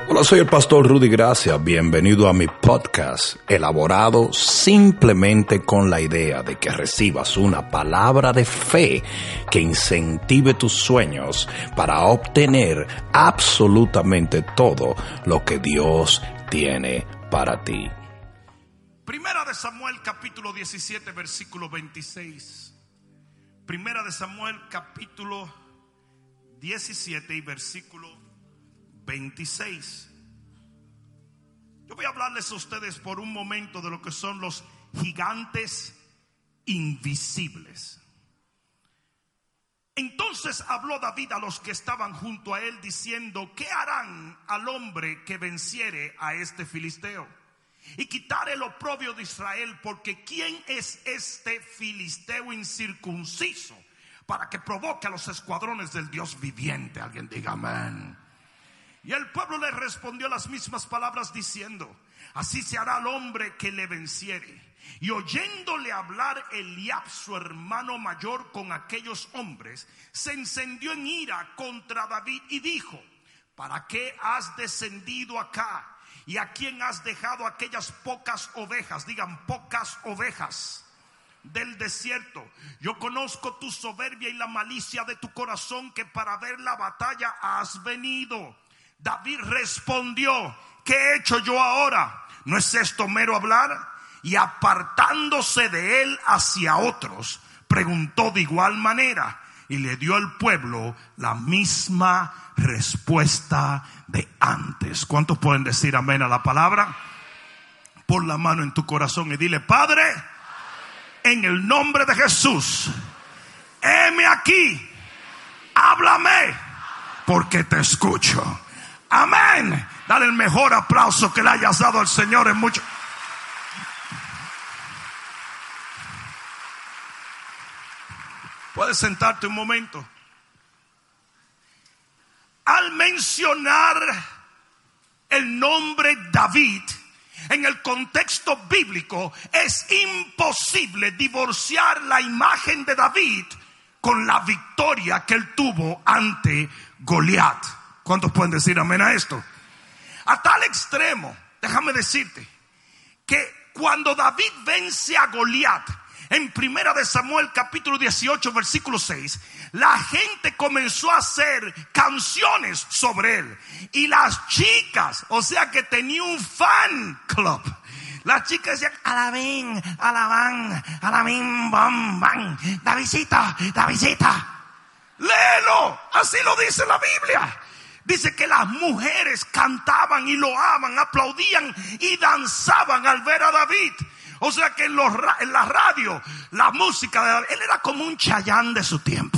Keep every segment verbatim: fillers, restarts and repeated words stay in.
Hola, soy el pastor Rudy Gracia. Bienvenido a mi podcast, elaborado simplemente con la idea de que recibas una palabra de fe que incentive tus sueños para obtener absolutamente todo lo que Dios tiene para ti. Primera de Samuel capítulo diecisiete versículo veintiséis. Primera de Samuel capítulo diecisiete y versículo veintiséis. Yo voy a hablarles a ustedes por un momento de lo que son los gigantes invisibles. Entonces habló David a los que estaban junto a él diciendo: ¿qué harán al hombre que venciere a este filisteo y quitare el oprobio de Israel? Porque ¿quién es este filisteo incircunciso para que provoque a los escuadrones del Dios viviente? Alguien diga amén. Y el pueblo le respondió las mismas palabras diciendo: así se hará al hombre que le venciere. Y oyéndole hablar Eliab, su hermano mayor, con aquellos hombres, se encendió en ira contra David y dijo: ¿para qué has descendido acá? ¿Y a quién has dejado aquellas pocas ovejas? Digan, pocas ovejas del desierto. Yo conozco tu soberbia y la malicia de tu corazón, que para ver la batalla has venido. David respondió: ¿qué he hecho yo ahora? ¿No es esto mero hablar? Y apartándose de él hacia otros, preguntó de igual manera, y le dio al pueblo la misma respuesta de antes. ¿Cuántos pueden decir amén a la palabra? Pon la mano en tu corazón y dile: Padre, en el nombre de Jesús, heme aquí, háblame, porque te escucho. Amén. Dale el mejor aplauso que le hayas dado al Señor en mucho. Puedes sentarte un momento. Al mencionar el nombre David en el contexto bíblico, es imposible divorciar la imagen de David con la victoria que él tuvo ante Goliat. ¿Cuántos pueden decir amén a esto? A tal extremo, déjame decirte, que cuando David vence a Goliat en Primera de Samuel capítulo dieciocho versículo seis, la gente comenzó a hacer canciones sobre él. Y las chicas, o sea que tenía un fan club. Las chicas decían: alabín, alabán, alabín, bam, bam, Davidcita, Davidcita. Léelo, así lo dice la Biblia. Dice que las mujeres cantaban y loaban, aplaudían y danzaban al ver a David. O sea que en, los, en la radio, la música de David, él era como un Chayanne de su tiempo.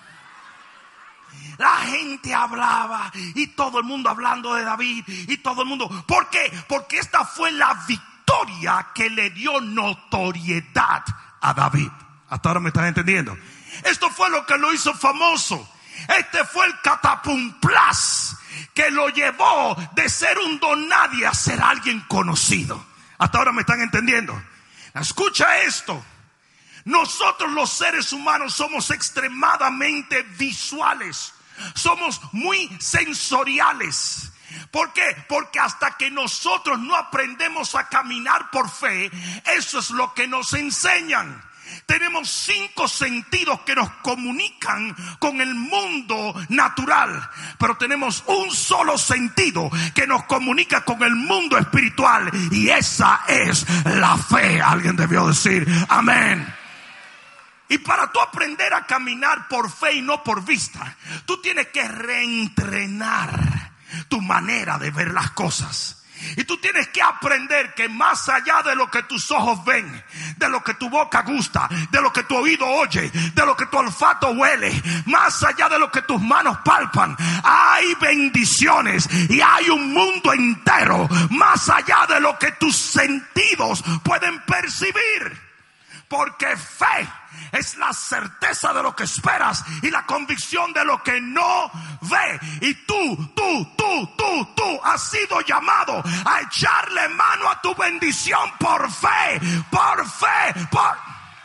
La gente hablaba y todo el mundo hablando de David y todo el mundo. ¿Por qué? Porque esta fue la victoria que le dio notoriedad a David. Hasta ahora me están entendiendo. Esto fue lo que lo hizo famoso. Este fue el catapumplas que lo llevó de ser un don nadie a ser alguien conocido. Hasta ahora me están entendiendo. Escucha esto. Nosotros los seres humanos somos extremadamente visuales. Somos muy sensoriales. ¿Por qué? Porque hasta que nosotros no aprendemos a caminar por fe, eso es lo que nos enseñan. Tenemos cinco sentidos que nos comunican con el mundo natural, pero tenemos un solo sentido que nos comunica con el mundo espiritual, y esa es la fe. Alguien debió decir amén. Y para tú aprender a caminar por fe y no por vista, tú tienes que reentrenar tu manera de ver las cosas. Y tú tienes que aprender que más allá de lo que tus ojos ven, de lo que tu boca gusta, de lo que tu oído oye, de lo que tu olfato huele, más allá de lo que tus manos palpan, hay bendiciones y hay un mundo entero más allá de lo que tus sentidos pueden percibir. Porque fe es la certeza de lo que esperas y la convicción de lo que no ve. Y tú, tú, tú, tú, tú has sido llamado a echarle mano a tu bendición por fe, por fe, por...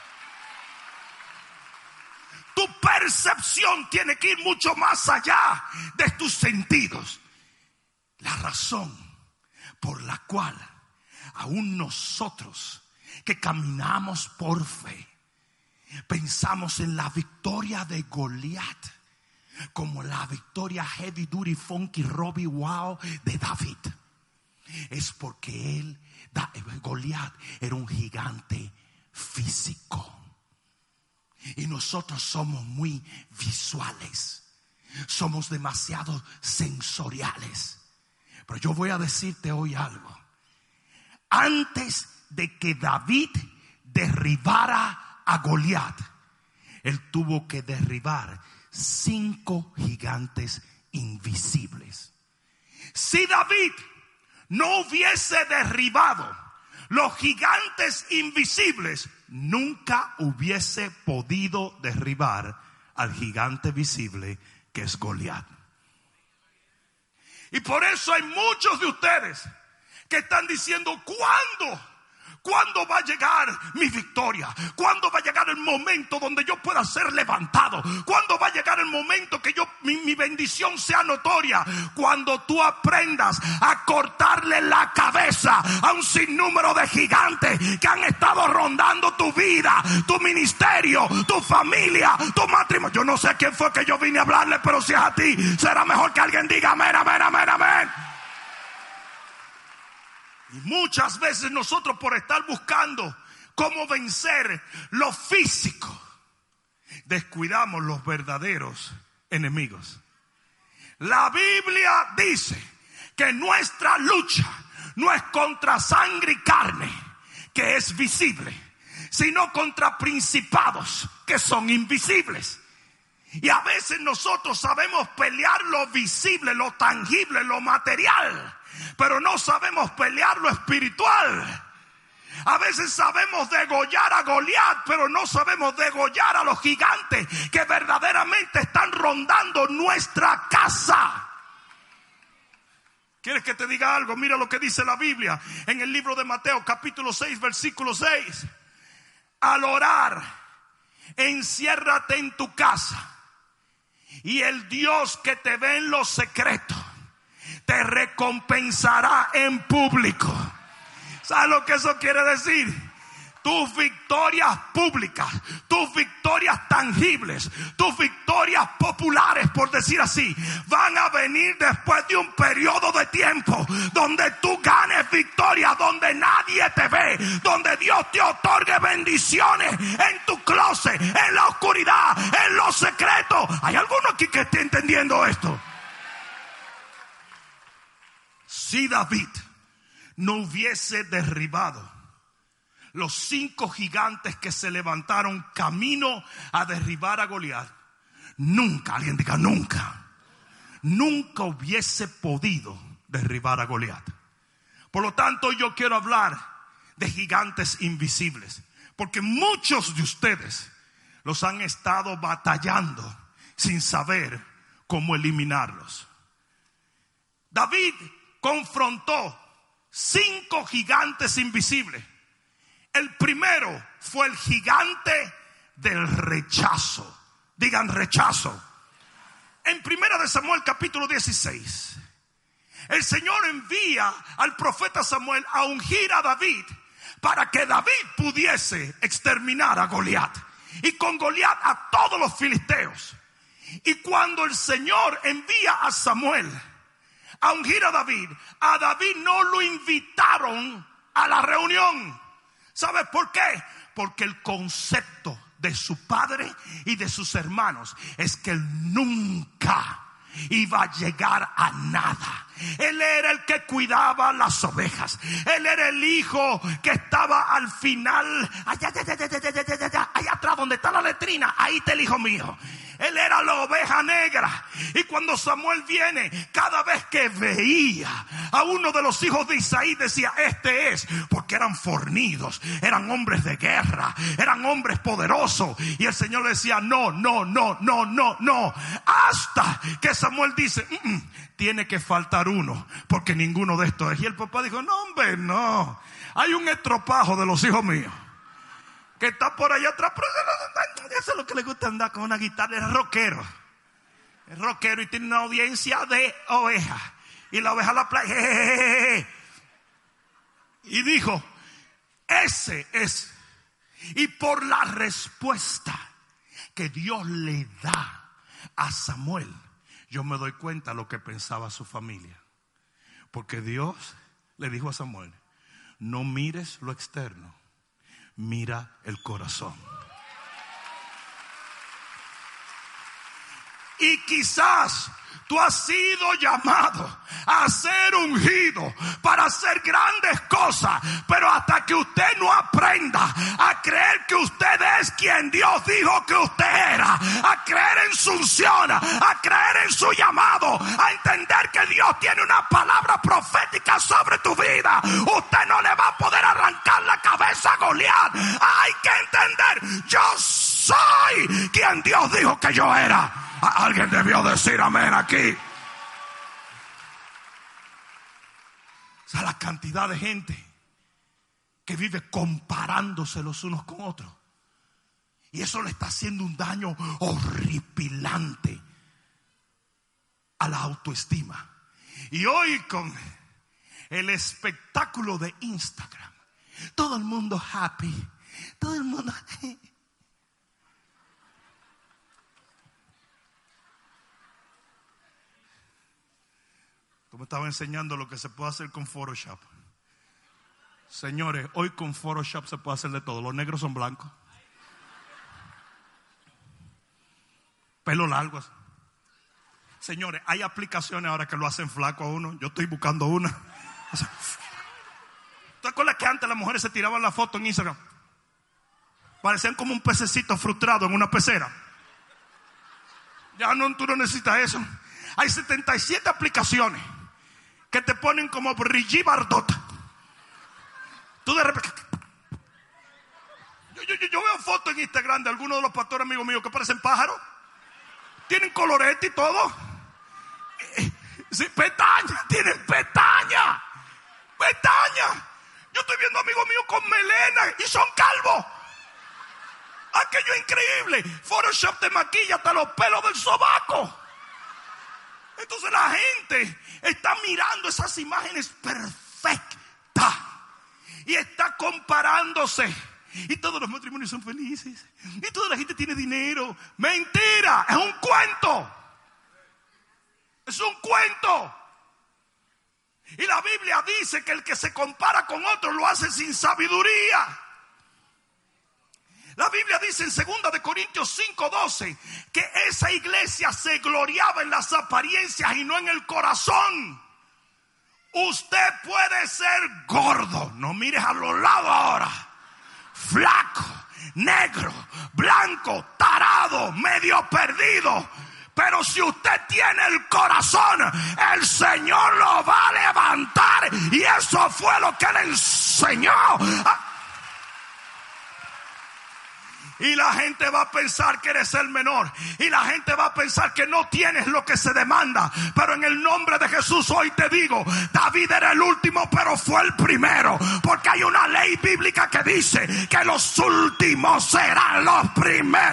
Tu percepción tiene que ir mucho más allá de tus sentidos. La razón por la cual aún nosotros que caminamos por fe, pensamos en la victoria de Goliat como la victoria heavy duty funky Robbie wow de David. Es porque él, Goliat, era un gigante físico. Y nosotros somos muy visuales. Somos demasiado sensoriales. Pero yo voy a decirte hoy algo. Antes de que David derribara a Goliat, él tuvo que derribar cinco gigantes invisibles. Si David no hubiese derribado los gigantes invisibles, nunca hubiese podido derribar al gigante visible que es Goliat. Y por eso hay muchos de ustedes que están diciendo: ¿cuándo? ¿Cuándo va a llegar mi victoria? ¿Cuándo va a llegar el momento donde yo pueda ser levantado? ¿Cuándo va a llegar el momento que yo mi, mi bendición sea notoria? Cuando tú aprendas a cortarle la cabeza a un sinnúmero de gigantes que han estado rondando tu vida, tu ministerio, tu familia, tu matrimonio. Yo no sé quién fue que yo vine a hablarle, pero si es a ti, será mejor que alguien diga amén, amén, amén, amén. Y muchas veces nosotros, por estar buscando cómo vencer lo físico, descuidamos los verdaderos enemigos. La Biblia dice que nuestra lucha no es contra sangre y carne, que es visible, sino contra principados que son invisibles. Y a veces nosotros sabemos pelear lo visible, lo tangible, lo material, pero no sabemos pelear lo espiritual. A veces sabemos degollar a Goliat, pero no sabemos degollar a los gigantes que verdaderamente están rondando nuestra casa. ¿Quieres que te diga algo? Mira lo que dice la Biblia en el libro de Mateo, capítulo seis, versículo seis. Al orar, enciérrate en tu casa, y el Dios que te ve en lo secreto te recompensará en público. ¿Sabes lo que eso quiere decir? Tus victorias públicas, tus victorias tangibles, tus victorias populares, por decir así, van a venir después de un periodo de tiempo donde tú ganes victoria, donde nadie te ve, donde Dios te otorgue bendiciones en tu closet, en la oscuridad, en los secretos. ¿Hay alguno aquí que esté entendiendo esto? Si David no hubiese derribado los cinco gigantes que se levantaron camino a derribar a Goliat, nunca, alguien diga nunca, nunca hubiese podido derribar a Goliat. Por lo tanto, yo quiero hablar de gigantes invisibles, porque muchos de ustedes los han estado batallando sin saber cómo eliminarlos. David confrontó cinco gigantes invisibles. El primero fue el gigante del rechazo. Digan rechazo. En primera de Samuel capítulo dieciséis, el Señor envía al profeta Samuel a ungir a David para que David pudiese exterminar a Goliat, y con Goliat a todos los filisteos. Y cuando el Señor envía a Samuel a ungir a David, a David no lo invitaron a la reunión. ¿Sabes por qué? Porque el concepto de su padre y de sus hermanos es que él nunca iba a llegar a nada. Él era el que cuidaba las ovejas. Él era el hijo que estaba al final, allá, allá, allá, allá, allá, allá, allá, allá atrás donde está la letrina. Ahí está el hijo mío. Él era la oveja negra. Y cuando Samuel viene, cada vez que veía a uno de los hijos de Isaí, decía: este es, porque eran fornidos, eran hombres de guerra, eran hombres poderosos. Y el Señor le decía: no, no, no, no, no, no. Hasta que Samuel dice: mm, mm, tiene que faltar uno, porque ninguno de estos es. Y el papá dijo: no, hombre, no. Hay un estropajo de los hijos míos que está por allá atrás, pero eso es lo que le gusta, andar con una guitarra. Es rockero, es rockero y tiene una audiencia de ovejas. Y la oveja la playa. Jejeje. Y dijo, ese es. Y por la respuesta que Dios le da a Samuel, yo me doy cuenta de lo que pensaba su familia. Porque Dios le dijo a Samuel, no mires lo externo, mira el corazón. Y quizás tú has sido llamado a ser ungido para hacer grandes cosas, pero hasta que usted no aprenda a creer que usted es quien Dios dijo que usted era, a creer en su unción, a creer en su llamado, a entender que Dios tiene una palabra profética sobre tu vida, usted no le va a poder arrancar la cabeza a Goliat. Hay que entender, yo soy quien Dios dijo que yo era. Alguien debió decir amén aquí. O sea, la cantidad de gente que vive comparándose los unos con otros. Y eso le está haciendo un daño horripilante a la autoestima. Y hoy con el espectáculo de Instagram, todo el mundo happy, todo el mundo... Tú me estabas enseñando lo que se puede hacer con Photoshop. Señores, hoy con Photoshop se puede hacer de todo. Los negros son blancos. Pelo largo. Señores, hay aplicaciones ahora que lo hacen flaco a uno. Yo estoy buscando una. O sea, ¿tú te acuerdas que antes las mujeres se tiraban la foto en Instagram? Parecían como un pececito frustrado en una pecera. Ya no, tú no necesitas eso. Hay setenta y siete aplicaciones que te ponen como Brigitte Bardot. Tú de repente... Yo, yo, yo veo fotos en Instagram de algunos de los pastores amigos míos que parecen pájaros. Tienen colorete y todo. Sí, pestaña, tienen pestaña. Pestaña. Yo estoy viendo amigos míos con melena y son calvos. Aquello es increíble. Photoshop te maquilla hasta los pelos del sobaco. Entonces la gente está mirando esas imágenes perfectas y está comparándose. Y todos los matrimonios son felices. Y toda la gente tiene dinero. Mentira, es un cuento. Es un cuento. Y la Biblia dice que el que se compara con otro lo hace sin sabiduría. La Biblia dice en segunda de Corintios cinco doce que esa iglesia se gloriaba en las apariencias y no en el corazón. Usted puede ser gordo, no mires a los lados ahora, flaco, negro, blanco, tarado, medio perdido, pero si usted tiene el corazón, el Señor lo va a levantar. Y eso fue lo que le enseñó a... Y la gente va a pensar que eres el menor. Y la gente va a pensar que no tienes lo que se demanda. Pero en el nombre de Jesús hoy te digo, David era el último, pero fue el primero. Porque hay una ley bíblica que dice que los últimos serán los primeros.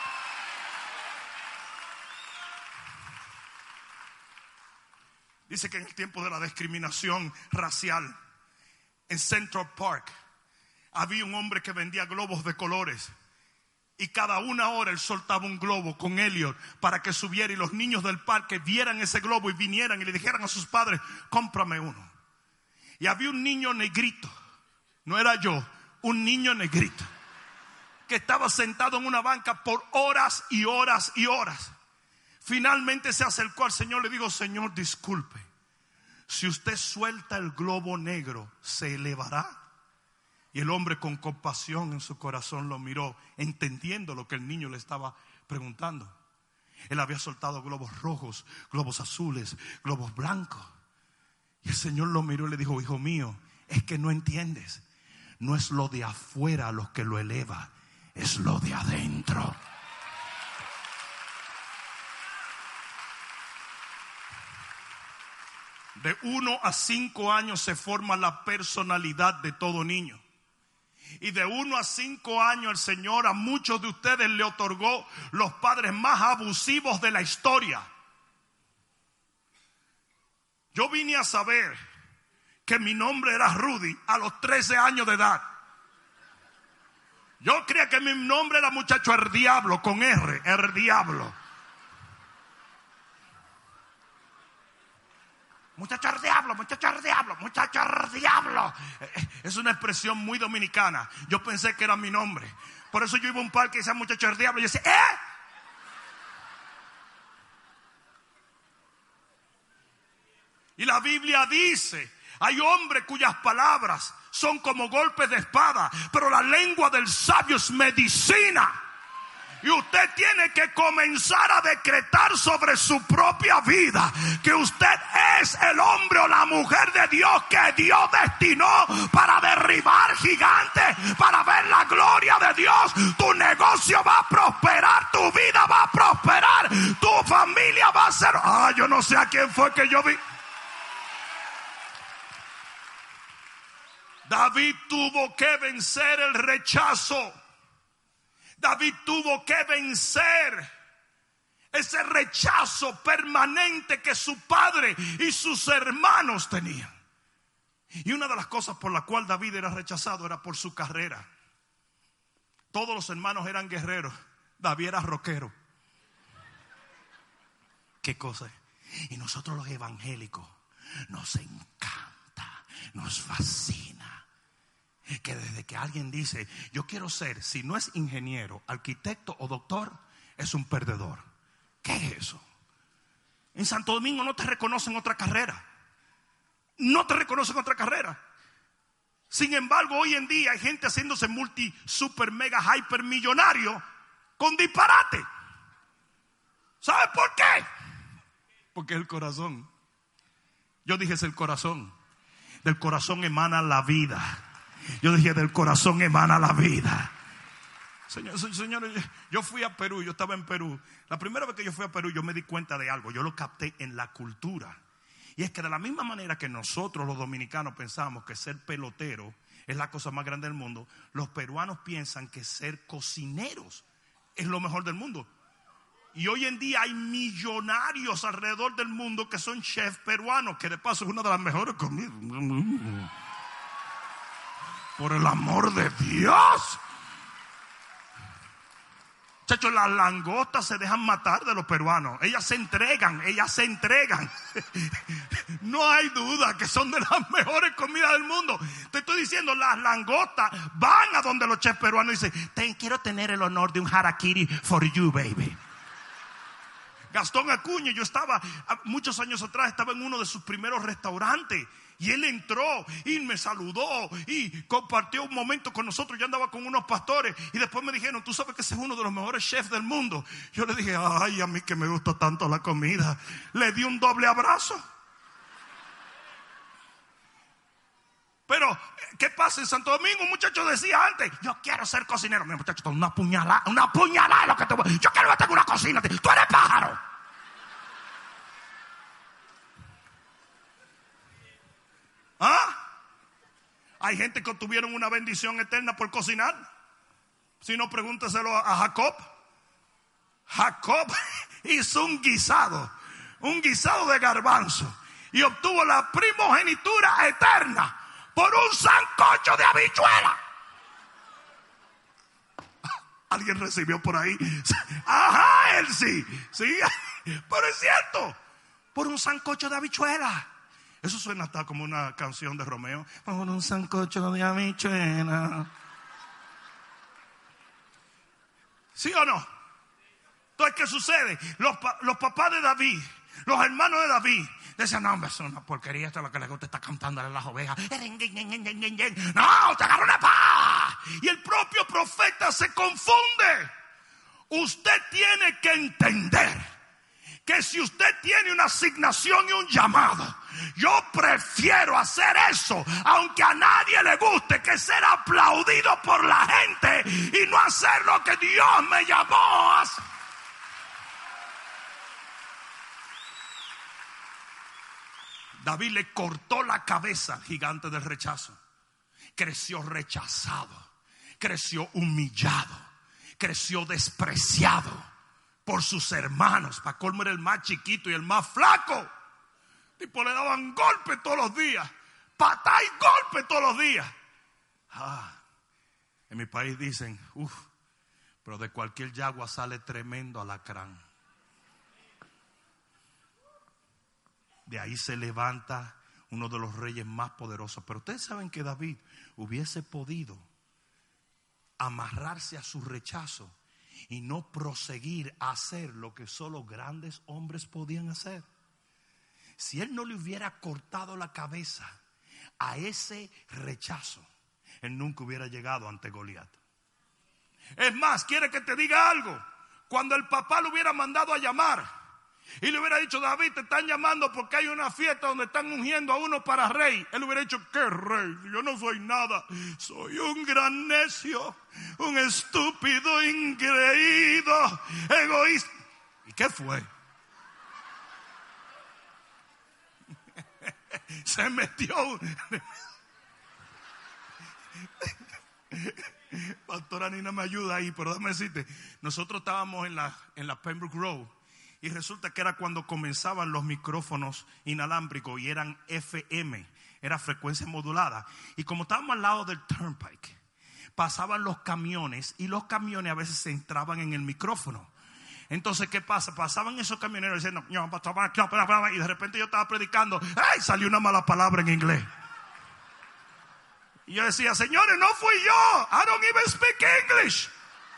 Dice que en el tiempo de la discriminación racial, en Central Park, había un hombre que vendía globos de colores. Y cada una hora él soltaba un globo con Elliot para que subiera y los niños del parque vieran ese globo y vinieran y le dijeran a sus padres, cómprame uno. Y había un niño negrito, no era yo, un niño negrito, que estaba sentado en una banca por horas y horas y horas. Finalmente se acercó al Señor y le dijo, Señor, disculpe, si usted suelta el globo negro, ¿se elevará? Y el hombre con compasión en su corazón lo miró, entendiendo lo que el niño le estaba preguntando. Él había soltado globos rojos, globos azules, globos blancos. Y el Señor lo miró y le dijo, hijo mío, es que no entiendes. No es lo de afuera lo que lo eleva, es lo de adentro. De uno a cinco años se forma la personalidad de todo niño. Y de uno a cinco años el Señor a muchos de ustedes le otorgó los padres más abusivos de la historia. Yo vine a saber que mi nombre era Rudy a los trece años de edad. Yo creía que mi nombre era muchacho el diablo, con R, el diablo. Muchacho el diablo, muchacho el diablo, muchacho el diablo. Es una expresión muy dominicana. Yo pensé que era mi nombre. Por eso yo iba a un parque y decía muchacho el diablo. Y yo decía, ¿eh? Y la Biblia dice, hay hombres cuyas palabras son como golpes de espada, pero la lengua del sabio es medicina. Y usted tiene que comenzar a decretar sobre su propia vida que usted es el hombre o la mujer de Dios que Dios destinó para derribar gigantes, para ver la gloria de Dios. Tu negocio va a prosperar, tu vida va a prosperar, tu familia va a ser... Ah, yo no sé a quién fue que yo vi. David tuvo que vencer el rechazo. David tuvo que vencer ese rechazo permanente que su padre y sus hermanos tenían. Y una de las cosas por la cual David era rechazado era por su carrera. Todos los hermanos eran guerreros. David era rockero. ¿Qué cosa? Y nosotros los evangélicos nos encanta, nos fascina que desde que alguien dice yo quiero ser, si no es ingeniero, arquitecto o doctor, es un perdedor. ¿Qué es eso? En Santo Domingo no te reconocen otra carrera. No te reconocen otra carrera. Sin embargo, hoy en día hay gente haciéndose multi, super, mega, hyper millonario con disparate. ¿Sabes por qué? Porque es el corazón. Yo dije es el corazón. Del corazón emana la vida. Yo dije, del corazón emana la vida. Señor, señores, yo fui a Perú, yo estaba en Perú. La primera vez que yo fui a Perú, yo me di cuenta de algo. Yo lo capté en la cultura. Y es que de la misma manera que nosotros los dominicanos pensamos que ser pelotero es la cosa más grande del mundo, los peruanos piensan que ser cocineros es lo mejor del mundo. Y hoy en día hay millonarios alrededor del mundo que son chefs peruanos, que de paso es una de las mejores comidas. Por el amor de Dios. Chacho, las langostas se dejan matar de los peruanos. Ellas se entregan, ellas se entregan. No hay duda que son de las mejores comidas del mundo. Te estoy diciendo, las langostas van a donde los chefs peruanos y dicen, Te, quiero tener el honor de un harakiri for you, baby. Gastón Acuña, yo estaba, muchos años atrás, estaba en uno de sus primeros restaurantes. Y él entró y me saludó y compartió un momento con nosotros. Yo andaba con unos pastores y después me dijeron, tú sabes que ese es uno de los mejores chefs del mundo. Yo le dije, ay, a mí que me gusta tanto la comida. Le di un doble abrazo. Pero, ¿qué pasa? En Santo Domingo un muchacho decía antes, yo quiero ser cocinero. Mira, muchacho, una puñalada, una puñalada es lo que te voy. Yo quiero meter una cocina. Tú eres pájaro. ¿Ah? Hay gente que obtuvieron una bendición eterna por cocinar. Si no, pregúnteselo a Jacob. Jacob hizo un guisado, un guisado de garbanzo, y obtuvo la primogenitura eterna por un sancocho de habichuela. ¿Alguien recibió por ahí? Ajá, él sí, sí, pero es cierto, por un sancocho de habichuela. Eso suena hasta como una canción de Romeo. Por un sancocho de habichuela. ¿Sí o no? Entonces, ¿qué sucede? Los, los papás de David, los hermanos de David, decían, no, hombre, eso es una porquería, esto es lo que le gusta, está cantándole a las ovejas. No, te agarra una espada. Y el propio profeta se confunde. Usted tiene que entender que si usted tiene una asignación y un llamado, yo prefiero hacer eso, aunque a nadie le guste, que ser aplaudido por la gente y no hacer lo que Dios me llamó a hacer. David le cortó la cabeza al gigante del rechazo. Creció rechazado, creció humillado, creció despreciado por sus hermanos. Para colmo era el más chiquito y el más flaco. Tipo, le daban golpes todos los días. Patá y golpe todos los días. Ah, en mi país dicen, uff, pero de cualquier yagua sale tremendo alacrán. De ahí se levanta uno de los reyes más poderosos. Pero ustedes saben que David hubiese podido amarrarse a su rechazo y no proseguir a hacer lo que solo grandes hombres podían hacer. Si él no le hubiera cortado la cabeza a ese rechazo, él nunca hubiera llegado ante Goliat. Es más, quiere que te diga algo. Cuando el papá lo hubiera mandado a llamar y le hubiera dicho, David, te están llamando porque hay una fiesta donde están ungiendo a uno para rey, él hubiera dicho, ¿qué rey? Yo no soy nada. Soy un gran necio, un estúpido, ingreído, egoísta. ¿Y qué fue? Se metió. Pastora Nina me ayuda ahí, pero déjame decirte, nosotros estábamos en la, en la Pembroke Road y resulta que era cuando comenzaban los micrófonos inalámbricos y eran F M, era frecuencia modulada. Y como estábamos al lado del Turnpike, pasaban los camiones y los camiones a veces se entraban en el micrófono. Entonces, ¿qué pasa? Pasaban esos camioneros diciendo, y de repente yo estaba predicando, ¡ay! Salió una mala palabra en inglés. Y yo decía, señores, no fui yo. I don't even speak English.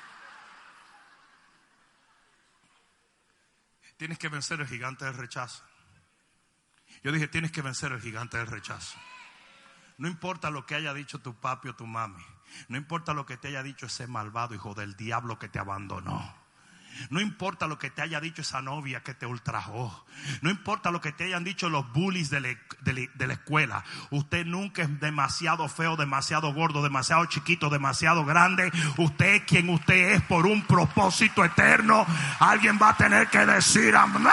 Tienes que vencer el gigante del rechazo. Yo dije, tienes que vencer el gigante del rechazo. No importa lo que haya dicho tu papi o tu mami. No importa lo que te haya dicho ese malvado hijo del diablo que te abandonó. No importa lo que te haya dicho esa novia que te ultrajó. No importa lo que te hayan dicho los bullies de la, de la, de la escuela. Usted nunca es demasiado feo, demasiado gordo, demasiado chiquito, demasiado grande. Usted es quien usted es por un propósito eterno. Alguien va a tener que decir amén.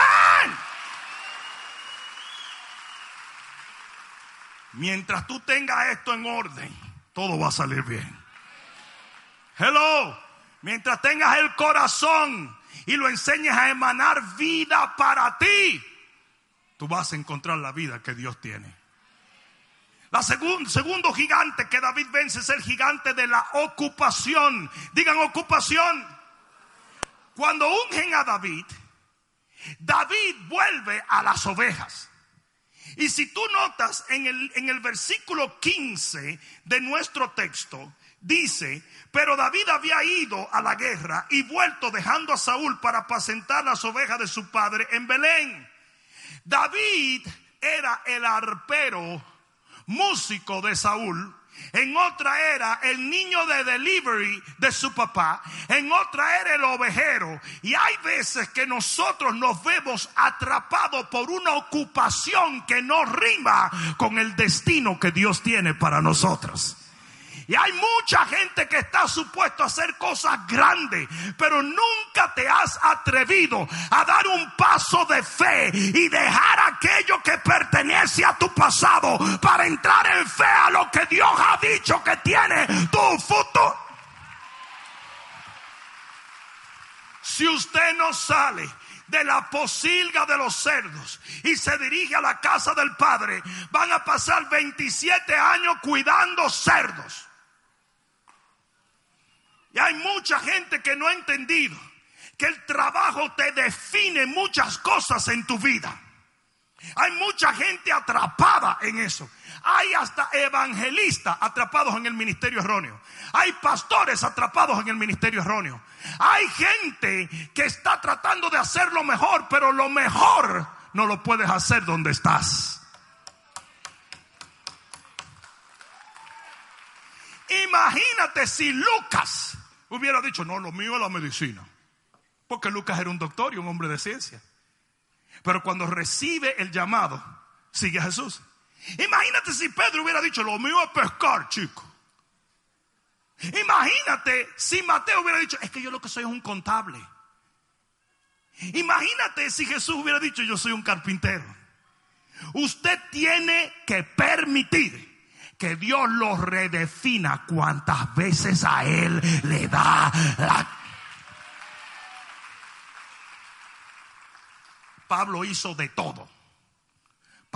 Mientras tú tengas esto en orden, todo va a salir bien. Hello. Mientras tengas el corazón y lo enseñes a emanar vida para ti, tú vas a encontrar la vida que Dios tiene. La segun, segundo gigante que David vence es el gigante de la ocupación. Digan ocupación. Cuando ungen a David, David vuelve a las ovejas. Y si tú notas en el, en el versículo quince de nuestro texto, dice, pero David había ido a la guerra y vuelto dejando a Saúl para apacentar las ovejas de su padre en Belén. David era el arpero, músico de Saúl. En otra era el niño de delivery de su papá. En otra era el ovejero. Y hay veces que nosotros nos vemos atrapados por una ocupación que no rima con el destino que Dios tiene para nosotros. Y hay mucha gente que está supuesto a hacer cosas grandes, pero nunca te has atrevido a dar un paso de fe y dejar aquello que pertenece a tu pasado para entrar en fe a lo que Dios ha dicho que tiene tu futuro. Si usted no sale de la posilga de los cerdos y se dirige a la casa del Padre, van a pasar veintisiete años cuidando cerdos. Y hay mucha gente que no ha entendido que el trabajo te define muchas cosas en tu vida. Hay mucha gente atrapada en eso. Hay hasta evangelistas atrapados en el ministerio erróneo. Hay pastores atrapados en el ministerio erróneo. Hay gente que está tratando de hacer lo mejor, pero lo mejor no lo puedes hacer donde estás. Imagínate si Lucas hubiera dicho, no, lo mío es la medicina. Porque Lucas era un doctor y un hombre de ciencia. Pero cuando recibe el llamado, sigue a Jesús. Imagínate si Pedro hubiera dicho, lo mío es pescar, chico. Imagínate si Mateo hubiera dicho, es que yo lo que soy es un contable. Imagínate si Jesús hubiera dicho, yo soy un carpintero. Usted tiene que permitir que Dios lo redefina cuantas veces a Él le da la... Pablo hizo de todo.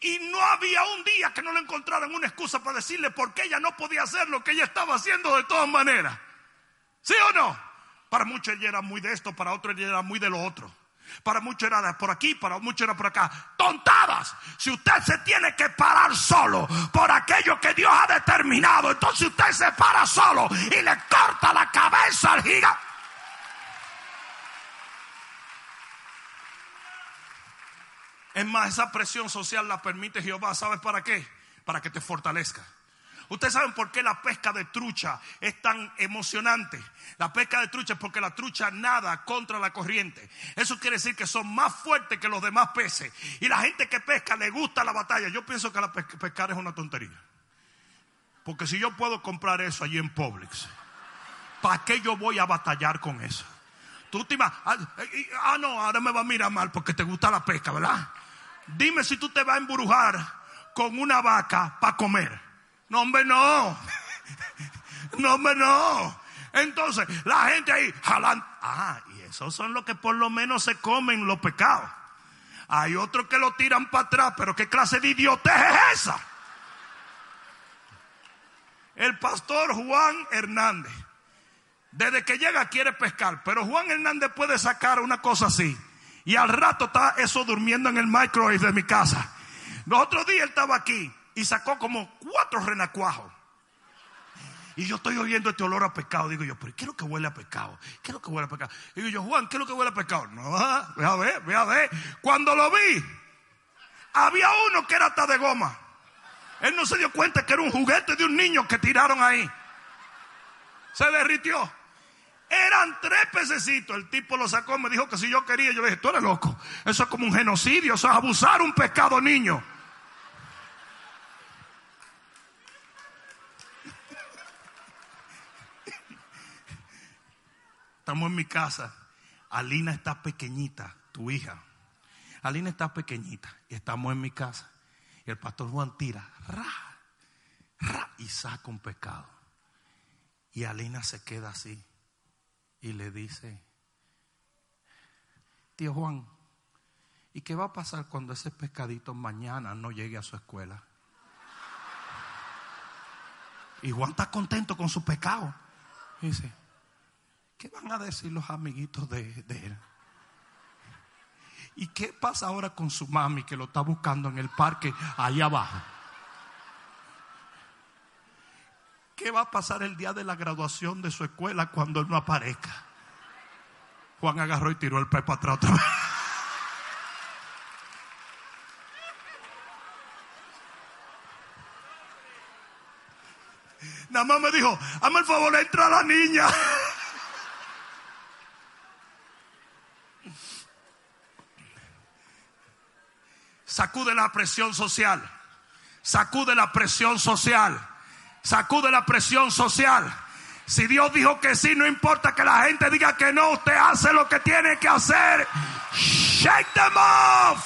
Y no había un día que no le encontraran una excusa para decirle por qué ella no podía hacer lo que ella estaba haciendo de todas maneras. ¿Sí o no? Para muchos ella era muy de esto, para otros ella era muy de lo otro. Para muchos era de por aquí, para muchos era por acá. ¡Tontadas! Si usted se tiene que parar solo por aquello que Dios ha determinado, entonces usted se para solo y le corta la cabeza al gigante. Es más, esa presión social la permite Jehová. ¿Sabes para qué? Para que te fortalezca. Ustedes saben por qué la pesca de trucha es tan emocionante. La pesca de trucha es porque la trucha nada contra la corriente. Eso quiere decir que son más fuertes que los demás peces. Y la gente que pesca le gusta la batalla. Yo pienso que la pes- pescar es una tontería. Porque si yo puedo comprar eso allí en Publix, ¿para qué yo voy a batallar con eso? Tú te imaginas, ah, ah, no, ahora me va a mirar mal porque te gusta la pesca, ¿verdad? Dime si tú te vas a embrujar con una vaca para comer. No, hombre, no. No, hombre, no. Entonces, la gente ahí jalando. Ah, y esos son los que por lo menos se comen los pecados. Hay otros que lo tiran para atrás, pero ¿qué clase de idiotez es esa? El pastor Juan Hernández, desde que llega quiere pescar, pero Juan Hernández puede sacar una cosa así y al rato está eso durmiendo en el microwave de mi casa. Los otros días él estaba aquí y sacó como cuatro renacuajos. Y yo estoy oyendo este olor a pescado. Digo yo, ¿pero qué es lo que huele a pescado? ¿Qué es lo que huele a pescado? Digo yo, Juan, ¿qué es lo que huele a pescado? No, ve a ver, ve a ver. Cuando lo vi, había uno que era hasta de goma. Él no se dio cuenta que era un juguete de un niño que tiraron ahí. Se derritió. Eran tres pececitos. El tipo lo sacó, me dijo que si yo quería. Yo le dije, tú eres loco. Eso es como un genocidio. Eso es abusar un pescado niño. Estamos en mi casa. Alina está pequeñita, tu hija. Alina está pequeñita y estamos en mi casa. Y el pastor Juan tira, ra, ra, y saca un pescado. Y Alina se queda así y le dice, tío Juan, ¿y qué va a pasar cuando ese pescadito mañana no llegue a su escuela? Y Juan está contento con su pescado. Y dice, ¿qué van a decir los amiguitos de, de él? ¿Y qué pasa ahora con su mami que lo está buscando en el parque ahí abajo? ¿Qué va a pasar el día de la graduación de su escuela cuando él no aparezca? Juan agarró y tiró el pez para atrás otra vez. Nada más me dijo, hazme el favor, entra la niña. Sacude la presión social. Sacude la presión social. Sacude la presión social. Si Dios dijo que sí, no importa que la gente diga que no. Usted hace lo que tiene que hacer. Shake them off.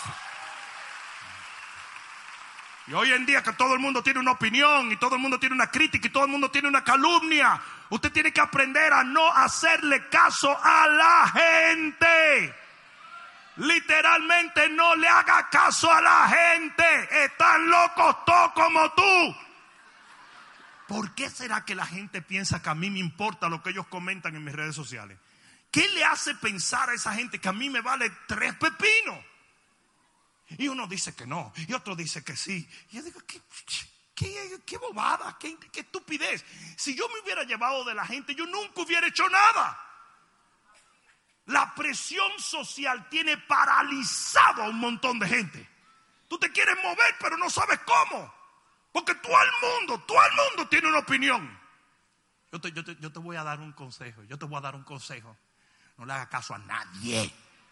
Y hoy en día que todo el mundo tiene una opinión y todo el mundo tiene una crítica y todo el mundo tiene una calumnia, usted tiene que aprender a no hacerle caso a la gente. Literalmente no le haga caso a la gente. Están locos todos como tú. ¿Por qué será que la gente piensa que a mí me importa lo que ellos comentan en mis redes sociales? ¿Qué le hace pensar a esa gente que a mí me vale tres pepinos? Y uno dice que no, y otro dice que sí. Y yo digo, ¿qué, qué, qué bobada, qué, qué estupidez? Si yo me hubiera llevado de la gente, yo nunca hubiera hecho nada. La presión social tiene paralizado a un montón de gente. Tú te quieres mover, pero no sabes cómo. Porque todo el mundo, todo el mundo tiene una opinión. Yo te, yo, te, yo te voy a dar un consejo. Yo te voy a dar un consejo. No le hagas caso a nadie.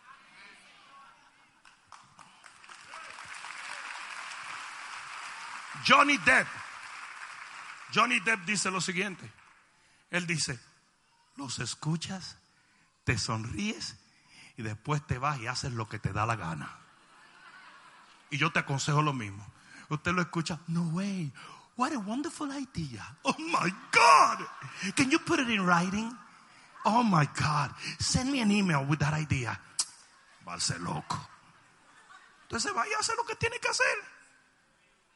Johnny Depp. Johnny Depp dice lo siguiente. Él dice, los escuchas, te sonríes y después te vas y haces lo que te da la gana. Y yo te aconsejo lo mismo. Usted lo escucha, no way, what a wonderful idea. Oh my God, can you put it in writing? Oh my God, send me an email with that idea. Va a ser loco. Entonces va y hace lo que tiene que hacer.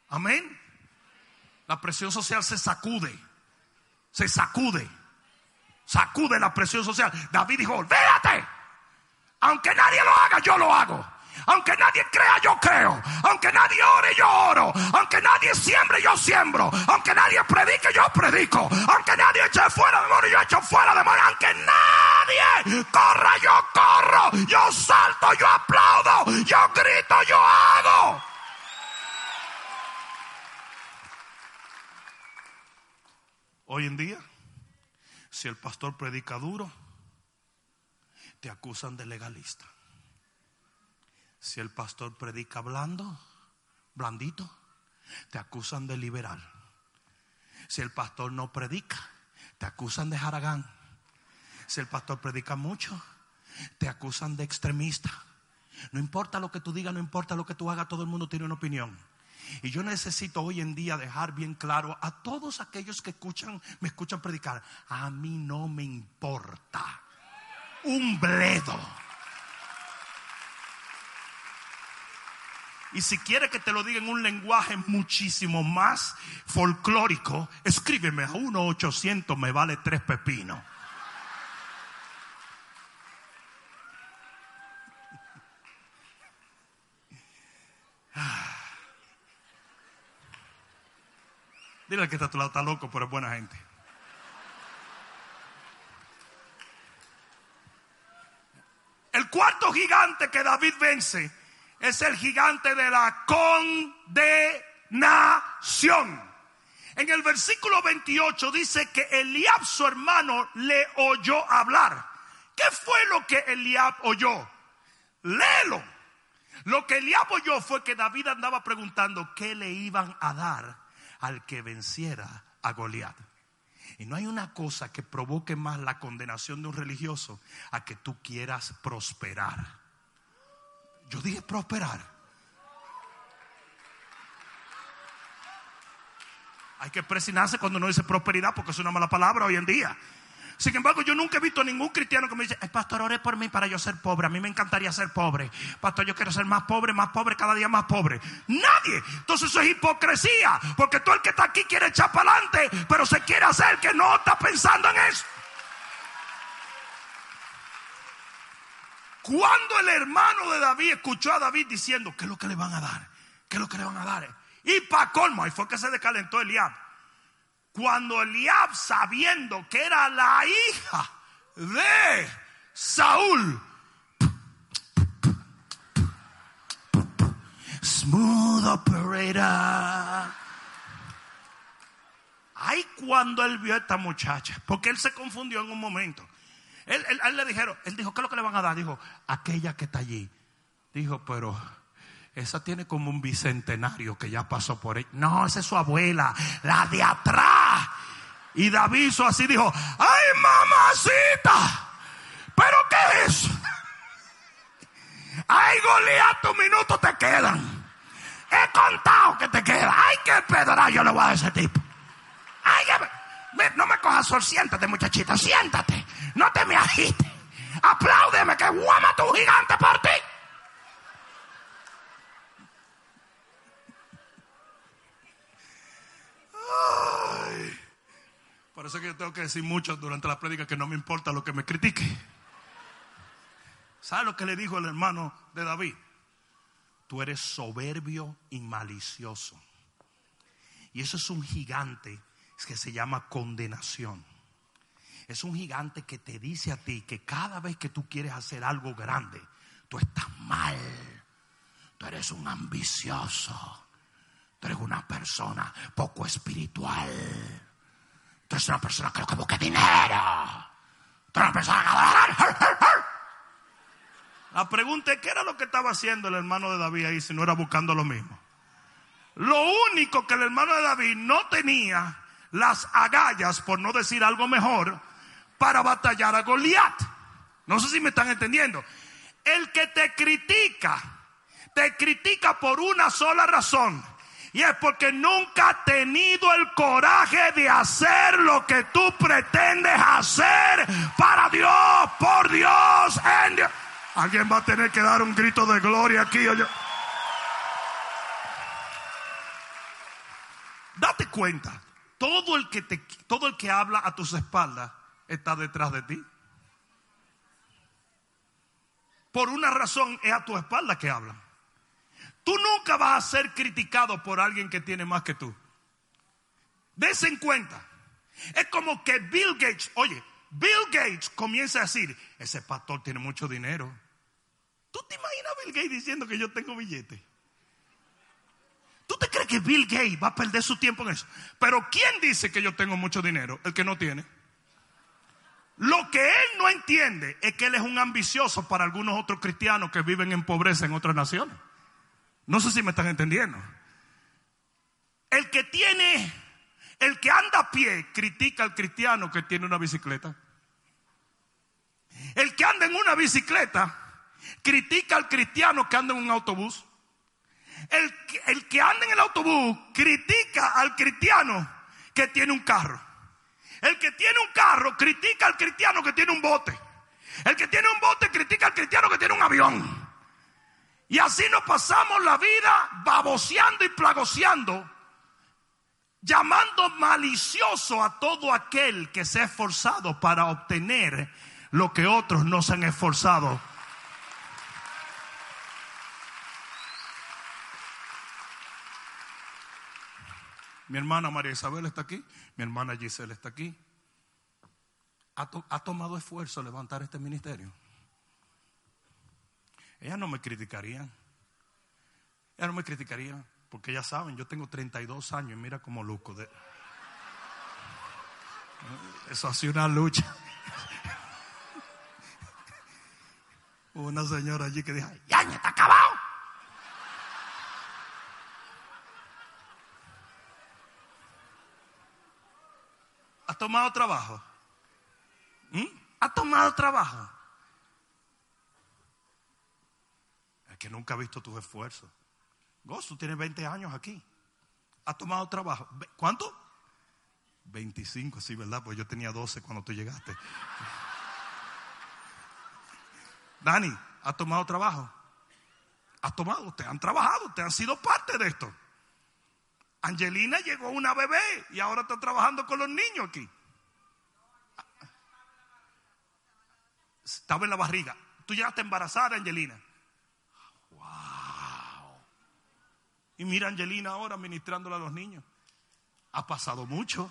Amén. La presión social se sacude. Se sacude. Sacude la presión social. David dijo, olvídate. Aunque nadie lo haga, yo lo hago. Aunque nadie crea, yo creo. Aunque nadie ore, yo oro. Aunque nadie siembre, yo siembro. Aunque nadie predique, yo predico. Aunque nadie eche fuera demonios, yo echo fuera demonios. Aunque nadie corra, yo corro. Yo salto, yo aplaudo. Yo grito, yo hago. Hoy en día, si el pastor predica duro, te acusan de legalista. Si el pastor predica blando, blandito, te acusan de liberal. Si el pastor no predica, te acusan de jaragán. Si el pastor predica mucho, te acusan de extremista. No importa lo que tú digas, no importa lo que tú hagas, todo el mundo tiene una opinión. Y yo necesito hoy en día dejar bien claro a todos aquellos que escuchan, me escuchan predicar, a mí no me importa un bledo. Y si quiere que te lo diga en un lenguaje muchísimo más folclórico, escríbeme a uno ochocientos me vale tres pepinos. Dile al que está a tu lado, está loco, pero es buena gente. El cuarto gigante que David vence es el gigante de la condenación. En el versículo veintiocho dice que Eliab, su hermano, le oyó hablar. ¿Qué fue lo que Eliab oyó? Léelo. Lo que Eliab oyó fue que David andaba preguntando qué le iban a dar al que venciera a Goliat. Y no hay una cosa que provoque más la condenación de un religioso a que tú quieras prosperar. Yo dije prosperar. Hay que presionarse cuando uno dice prosperidad, porque es una mala palabra hoy en día. Sin embargo, yo nunca he visto a ningún cristiano que me dice, ay, pastor, ore por mí para yo ser pobre. A mí me encantaría ser pobre. Pastor, yo quiero ser más pobre, más pobre, cada día más pobre. Nadie. Entonces eso es hipocresía, porque todo el que está aquí quiere echar para adelante, pero se quiere hacer que no está pensando en eso. Cuando el hermano de David escuchó a David diciendo, ¿qué es lo que le van a dar? ¿Qué es lo que le van a dar? Y para colmo, ahí fue que se descalentó Eliab. Cuando Eliab, sabiendo que era la hija de Saúl, smooth operator. Ay, cuando él vio a esta muchacha, porque él se confundió en un momento. Él, él, a él le dijeron, él dijo, ¿qué es lo que le van a dar? Dijo, aquella que está allí. Dijo, pero esa tiene como un bicentenario que ya pasó por ella. No, esa es su abuela, la de atrás. Y David hizo así, dijo, ¡ay, mamacita! ¿Pero qué es eso? ¡Ay, Goliat, tus minutos te quedan! He contado que te quedan. ¡Ay, qué pedra yo le voy a dar a ese tipo! ¡Ay, me, no me cojas sol! Siéntate, muchachita, siéntate. No te me agites. Apláudeme que voy a matar un gigante por ti. Ay, por eso que yo tengo que decir mucho durante la prédica que no me importa lo que me critique. ¿Sabe lo que le dijo el hermano de David? Tú eres soberbio y malicioso. Y eso es un gigante que se llama condenación. Es un gigante que te dice a ti que cada vez que tú quieres hacer algo grande, tú estás mal. Tú eres un ambicioso. Tú eres una persona poco espiritual. Tú eres una persona que lo que busca es dinero. Tú eres una persona que... La pregunta es, ¿qué era lo que estaba haciendo el hermano de David ahí si no era buscando lo mismo? Lo único que el hermano de David no tenía las agallas, por no decir algo mejor, para batallar a Goliat. No sé si me están entendiendo. El que te critica, te critica por una sola razón. Y es porque nunca ha tenido el coraje de hacer lo que tú pretendes hacer para Dios, por Dios, en Dios. Alguien va a tener que dar un grito de gloria aquí. Oye. Date cuenta, todo el que te, todo el que habla a tus espaldas está detrás de ti. Por una razón es a tu espalda que hablan. Tú nunca vas a ser criticado por alguien que tiene más que tú. Dese en cuenta. Es como que Bill Gates, oye, Bill Gates comienza a decir, ese pastor tiene mucho dinero. ¿Tú te imaginas a Bill Gates diciendo que yo tengo billete? ¿Tú te crees que Bill Gates va a perder su tiempo en eso? Pero ¿quién dice que yo tengo mucho dinero? El que no tiene. Lo que él no entiende es que él es un ambicioso para algunos otros cristianos que viven en pobreza en otras naciones. No sé si me están entendiendo. El que tiene, el que anda a pie critica al cristiano que tiene una bicicleta. El que anda en una bicicleta critica al cristiano que anda en un autobús. El, el que anda en el autobús critica al cristiano que tiene un carro. El que tiene un carro critica al cristiano que tiene un bote. El que tiene un bote critica al cristiano que tiene un avión. Y así nos pasamos la vida baboseando y plagoseando, llamando malicioso a todo aquel que se ha esforzado para obtener lo que otros no se han esforzado. Mi hermana María Isabel está aquí, mi hermana Giselle está aquí. Ha, to- ha tomado esfuerzo levantar este ministerio. Ellas no me criticarían. Ellas no me criticarían porque ya saben, yo tengo treinta y dos años y mira cómo luco. De... Eso ha sido una lucha. Hubo una señora allí que dijo, ¡ya, ya está acabado! ¿Has tomado trabajo? ¿Mm? ¿Has tomado trabajo? Es que nunca he visto tus esfuerzos. Goz, tú tienes veinte años aquí. ¿Has tomado trabajo? ¿Cuánto? veinticinco, sí, ¿verdad? Pues yo tenía doce cuando tú llegaste. Dani, ¿has tomado trabajo? ¿Has tomado? Ustedes han trabajado, ustedes han sido parte de esto. Angelina llegó una bebé y ahora está trabajando con los niños aquí. Estaba en la barriga. Tú llegaste embarazada, Angelina. Wow. Y mira a Angelina ahora ministrándole a los niños. Ha pasado mucho.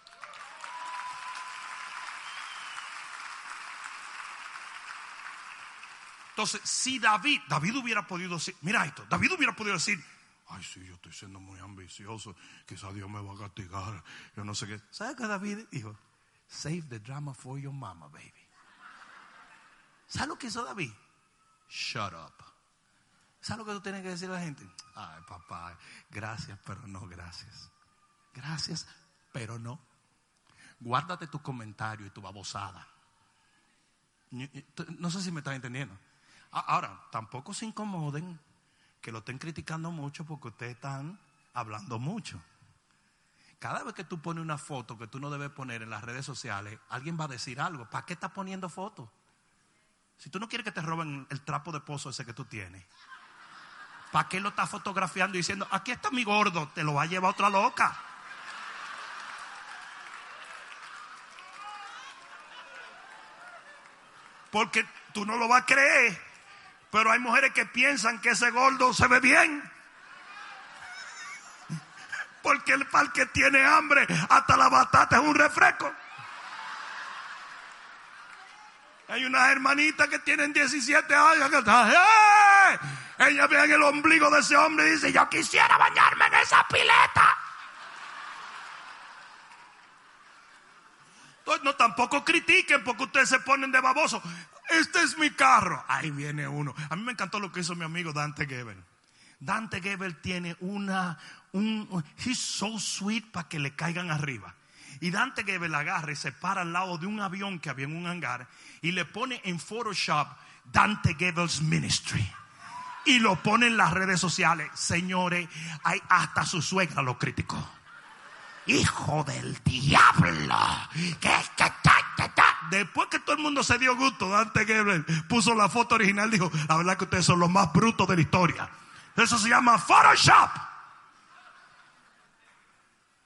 Entonces, si David, David hubiera podido decir, mira esto, David hubiera podido decir, ay, sí, yo estoy siendo muy ambicioso, quizás Dios me va a castigar, yo no sé qué. ¿Sabes qué David dijo? Save the drama for your mama, baby. ¿Sabes lo que hizo David? Shut up. ¿Sabes lo que tú tienes que decir a la gente? Ay, papá, gracias, pero no gracias. Gracias, pero no. Guárdate tu comentario y tu babosada. No sé si me están entendiendo. Ahora, tampoco se incomoden que lo estén criticando mucho porque ustedes están hablando mucho. Cada vez que tú pones una foto que tú no debes poner en las redes sociales, alguien va a decir algo. ¿Para qué estás poniendo fotos? Si tú no quieres que te roben el trapo de pozo ese que tú tienes, ¿para qué lo estás fotografiando y diciendo, aquí está mi gordo, te lo va a llevar otra loca? Porque tú no lo vas a creer, pero hay mujeres que piensan que ese gordo se ve bien. Porque el para el que tiene hambre, hasta la batata es un refresco. Hay unas hermanitas que tienen diecisiete años que están, ¡eh! Ella ve en el ombligo de ese hombre y dice, yo quisiera bañarme en esa pileta. Entonces, no, tampoco critiquen porque ustedes se ponen de baboso. Este es mi carro. Ahí viene uno. A mí me encantó lo que hizo mi amigo Dante Gebel. Dante Gebel tiene una, un, he's so sweet para que le caigan arriba. Y Dante Gebel agarra y se para al lado de un avión que había en un hangar y le pone en Photoshop Dante Gebel's Ministry. Y lo pone en las redes sociales. Señores, hay, hasta su suegra lo criticó. Hijo del diablo. ¿Qué, qué, qué, qué, qué? Después que todo el mundo se dio gusto, Dante Gebel puso la foto original y dijo, la verdad que ustedes son los más brutos de la historia. Eso se llama Photoshop.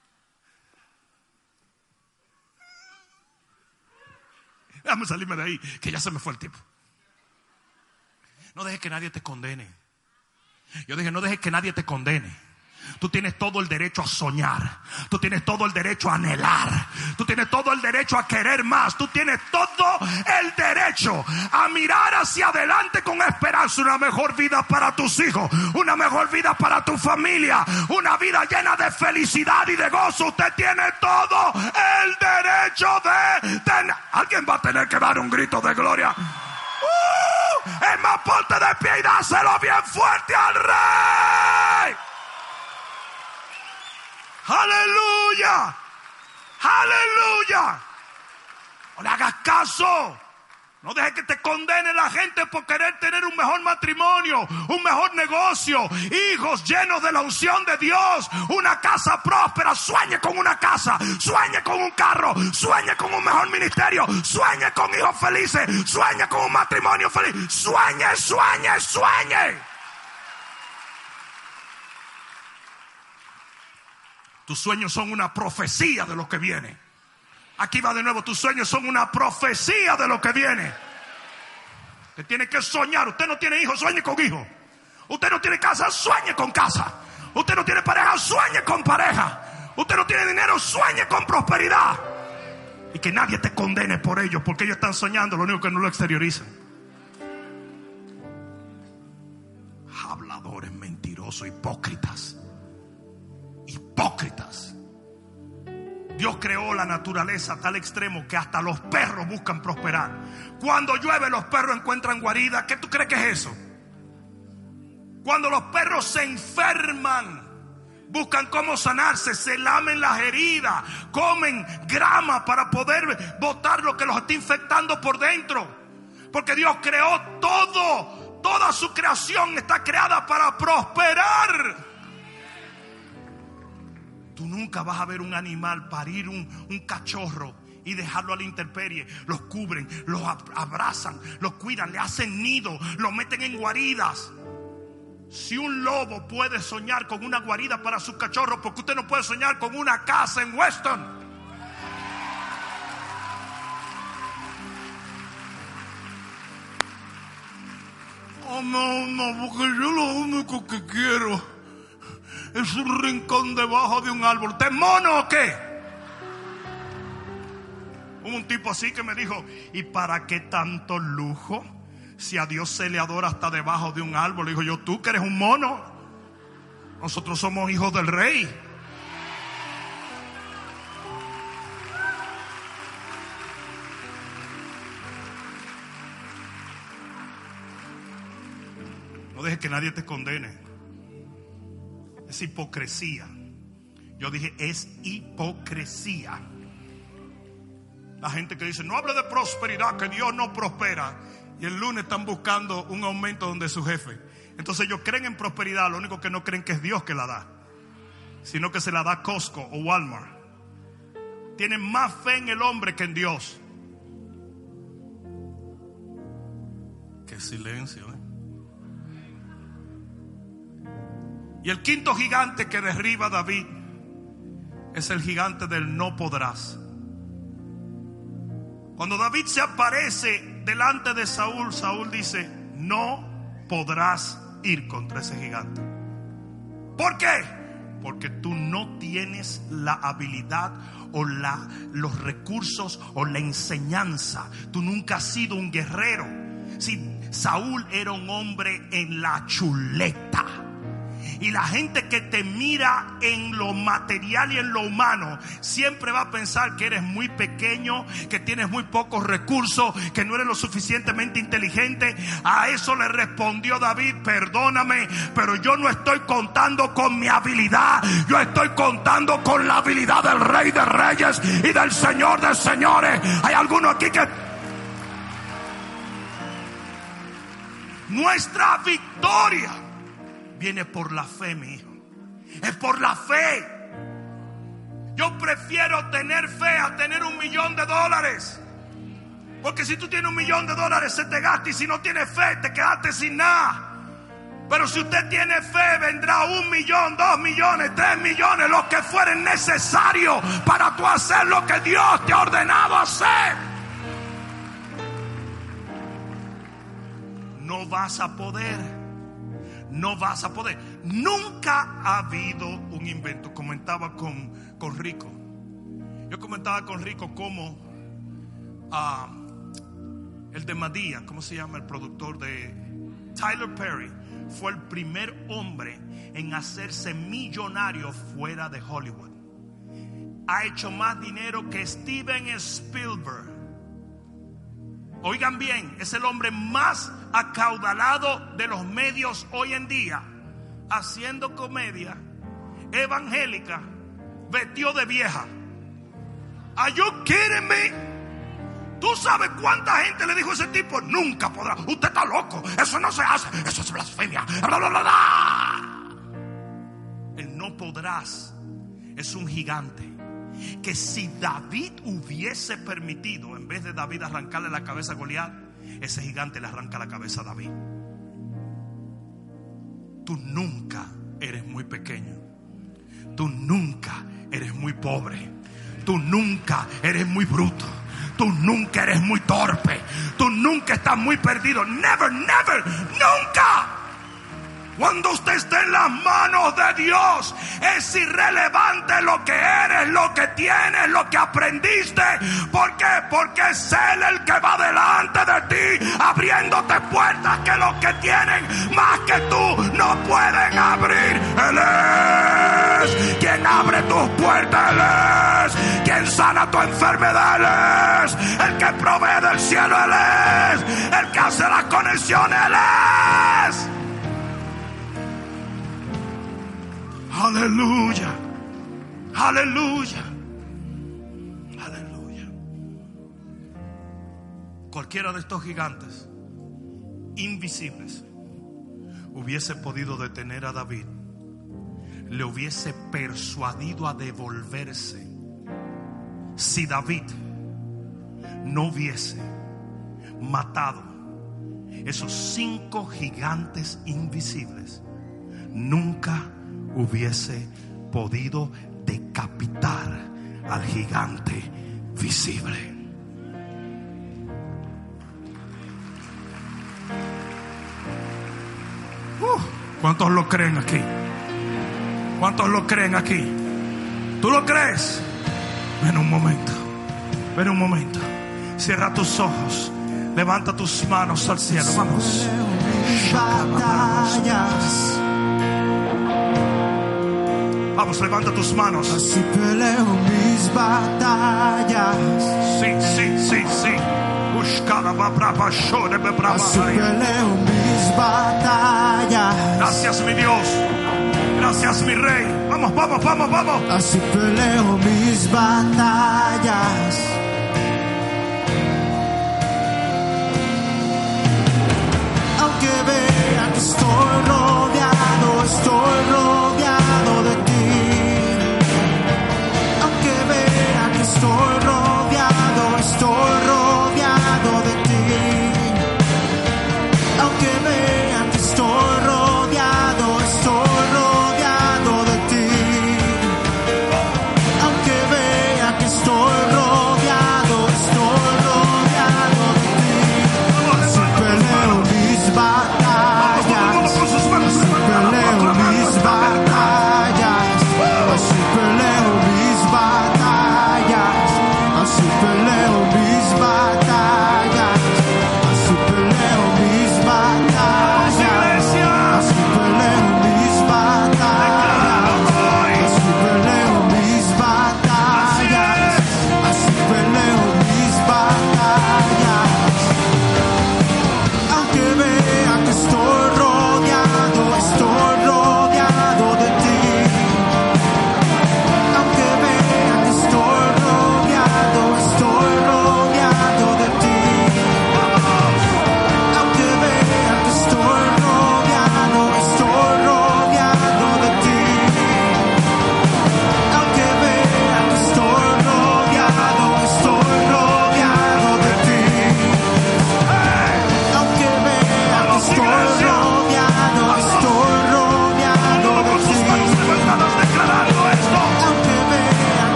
Déjame salirme de ahí, que ya se me fue el tiempo. No dejes que nadie te condene. Yo dije, no dejes que nadie te condene. Tú tienes todo el derecho a soñar. Tú tienes todo el derecho a anhelar. Tú tienes todo el derecho a querer más. Tú tienes todo el derecho a mirar hacia adelante con esperanza. Una mejor vida para tus hijos. Una mejor vida para tu familia. Una vida llena de felicidad y de gozo. Usted tiene todo el derecho de tener. Alguien va a tener que dar un grito de gloria. ¡Uh! Es más, ponte de pie y dáselo bien fuerte al Rey. ¡Aleluya! ¡Aleluya! No le hagas caso. No dejes que te condene la gente por querer tener un mejor matrimonio, un mejor negocio, hijos llenos de la unción de Dios, una casa próspera. Sueñe con una casa, sueñe con un carro, sueñe con un mejor ministerio, sueñe con hijos felices, sueñe con un matrimonio feliz. Sueñe, sueñe, sueñe. Tus sueños son una profecía de lo que viene. Aquí va de nuevo, tus sueños son una profecía de lo que viene. Usted tiene que soñar. Usted no tiene hijos, sueñe con hijos. Usted no tiene casa, sueñe con casa. Usted no tiene pareja, sueñe con pareja. Usted no tiene dinero, sueñe con prosperidad. Y que nadie te condene por ello, porque ellos están soñando, lo único que no lo exteriorizan. Habladores, mentirosos, hipócritas. Hipócritas. Dios creó la naturaleza a tal extremo que hasta los perros buscan prosperar. Cuando llueve, los perros encuentran guarida. ¿Qué tú crees que es eso? Cuando los perros se enferman, buscan cómo sanarse, se lamen las heridas, comen grama para poder botar lo que los está infectando por dentro. Porque Dios creó todo, toda su creación está creada para prosperar. Tú nunca vas a ver un animal parir un, un cachorro y dejarlo a la intemperie. Los cubren, los abrazan, los cuidan, le hacen nido, los meten en guaridas. Si un lobo puede soñar con una guarida para sus cachorros, ¿por qué usted no puede soñar con una casa en Weston? Oh, no, no, porque yo lo único que quiero es un rincón debajo de un árbol. ¿Usted es mono o qué? Hubo un tipo así que me dijo, ¿y para qué tanto lujo? Si a Dios se le adora hasta debajo de un árbol. Le digo yo, tú que eres un mono. Nosotros somos hijos del Rey. No dejes que nadie te condene. Es hipocresía. Yo dije, es hipocresía. La gente que dice, no hable de prosperidad, que Dios no prospera. Y el lunes están buscando un aumento donde su jefe. Entonces ellos creen en prosperidad. Lo único que no creen que es Dios que la da, sino que se la da Costco o Walmart. Tienen más fe en el hombre que en Dios. Qué silencio, ¿eh? Y el quinto gigante que derriba a David es el gigante del no podrás. Cuando David se aparece delante de Saúl, Saúl dice, no podrás ir contra ese gigante. ¿Por qué? Porque tú no tienes la habilidad o la, los recursos o la enseñanza. Tú nunca has sido un guerrero. Sí, Saúl era un hombre en la chuleta. Y la gente que te mira en lo material y en lo humano siempre va a pensar que eres muy pequeño, que tienes muy pocos recursos, que no eres lo suficientemente inteligente. A eso le respondió David, perdóname, pero yo no estoy contando con mi habilidad. Yo estoy contando con la habilidad del Rey de Reyes y del Señor de Señores. Hay alguno aquí que... Nuestra victoria viene por la fe, mi hijo. Es por la fe. Yo prefiero tener fe a tener un millón de dólares. Porque si tú tienes un millón de dólares se te gasta, y si no tienes fe te quedaste sin nada. Pero si usted tiene fe, vendrá un millón, dos millones, tres millones, lo que fueren necesarios para tú hacer lo que Dios te ha ordenado hacer. no vas a poder. No vas a poder. Nunca ha habido un invento. Comentaba con, con Rico. Yo comentaba con Rico cómo uh, el de Madea, ¿cómo se llama? El productor de Tyler Perry fue el primer hombre en hacerse millonario fuera de Hollywood. Ha hecho más dinero que Steven Spielberg. Oigan bien, es el hombre más acaudalado de los medios hoy en día, haciendo comedia evangélica vestido de vieja. Are you kidding me? ¿Tú sabes cuánta gente le dijo a ese tipo? Nunca podrá. Usted está loco. Eso no se hace. Eso es blasfemia. Bla, bla, bla, bla. El no podrás es un gigante que si David hubiese permitido, en vez de David arrancarle la cabeza a Goliat, ese gigante le arranca la cabeza a David. Tú nunca eres muy pequeño. Tú nunca eres muy pobre. Tú nunca eres muy bruto. Tú nunca eres muy torpe. Tú nunca estás muy perdido. Never, never, nunca. Cuando usted esté en las manos de Dios, es irrelevante lo que eres, lo que tienes, lo que aprendiste. ¿Por qué? Porque es Él el que va delante de ti, abriéndote puertas que los que tienen más que tú no pueden abrir. Él es quien abre tus puertas. Él es quien sana tu enfermedad. Él es el que provee del cielo. Él es el que hace las conexiones. Él es. Aleluya, aleluya, aleluya. Cualquiera de estos gigantes invisibles hubiese podido detener a David, le hubiese persuadido a devolverse, si David no hubiese matado esos cinco gigantes invisibles. Nunca hubiese podido decapitar al gigante visible. Uh, ¿Cuántos lo creen aquí? ¿Cuántos lo creen aquí? ¿Tú lo crees? Ven un momento. Ven un momento. Cierra tus ojos. Levanta tus manos al cielo. Vamos. Vamos, levanta tus manos. Así peleo mis batallas. Sí, sí, sí, sí. Así peleo mis batallas. Gracias, mi Dios. Gracias, mi Rey. Vamos, vamos, vamos, vamos. Así peleo mis batallas. Aunque vea que estoy rodeado, estoy rodeado de ti. Estoy rodeado, estoy rodeado de ti. Aunque vean que estoy rodeado, estoy rodeado de ti. Aunque vean que estoy rodeado.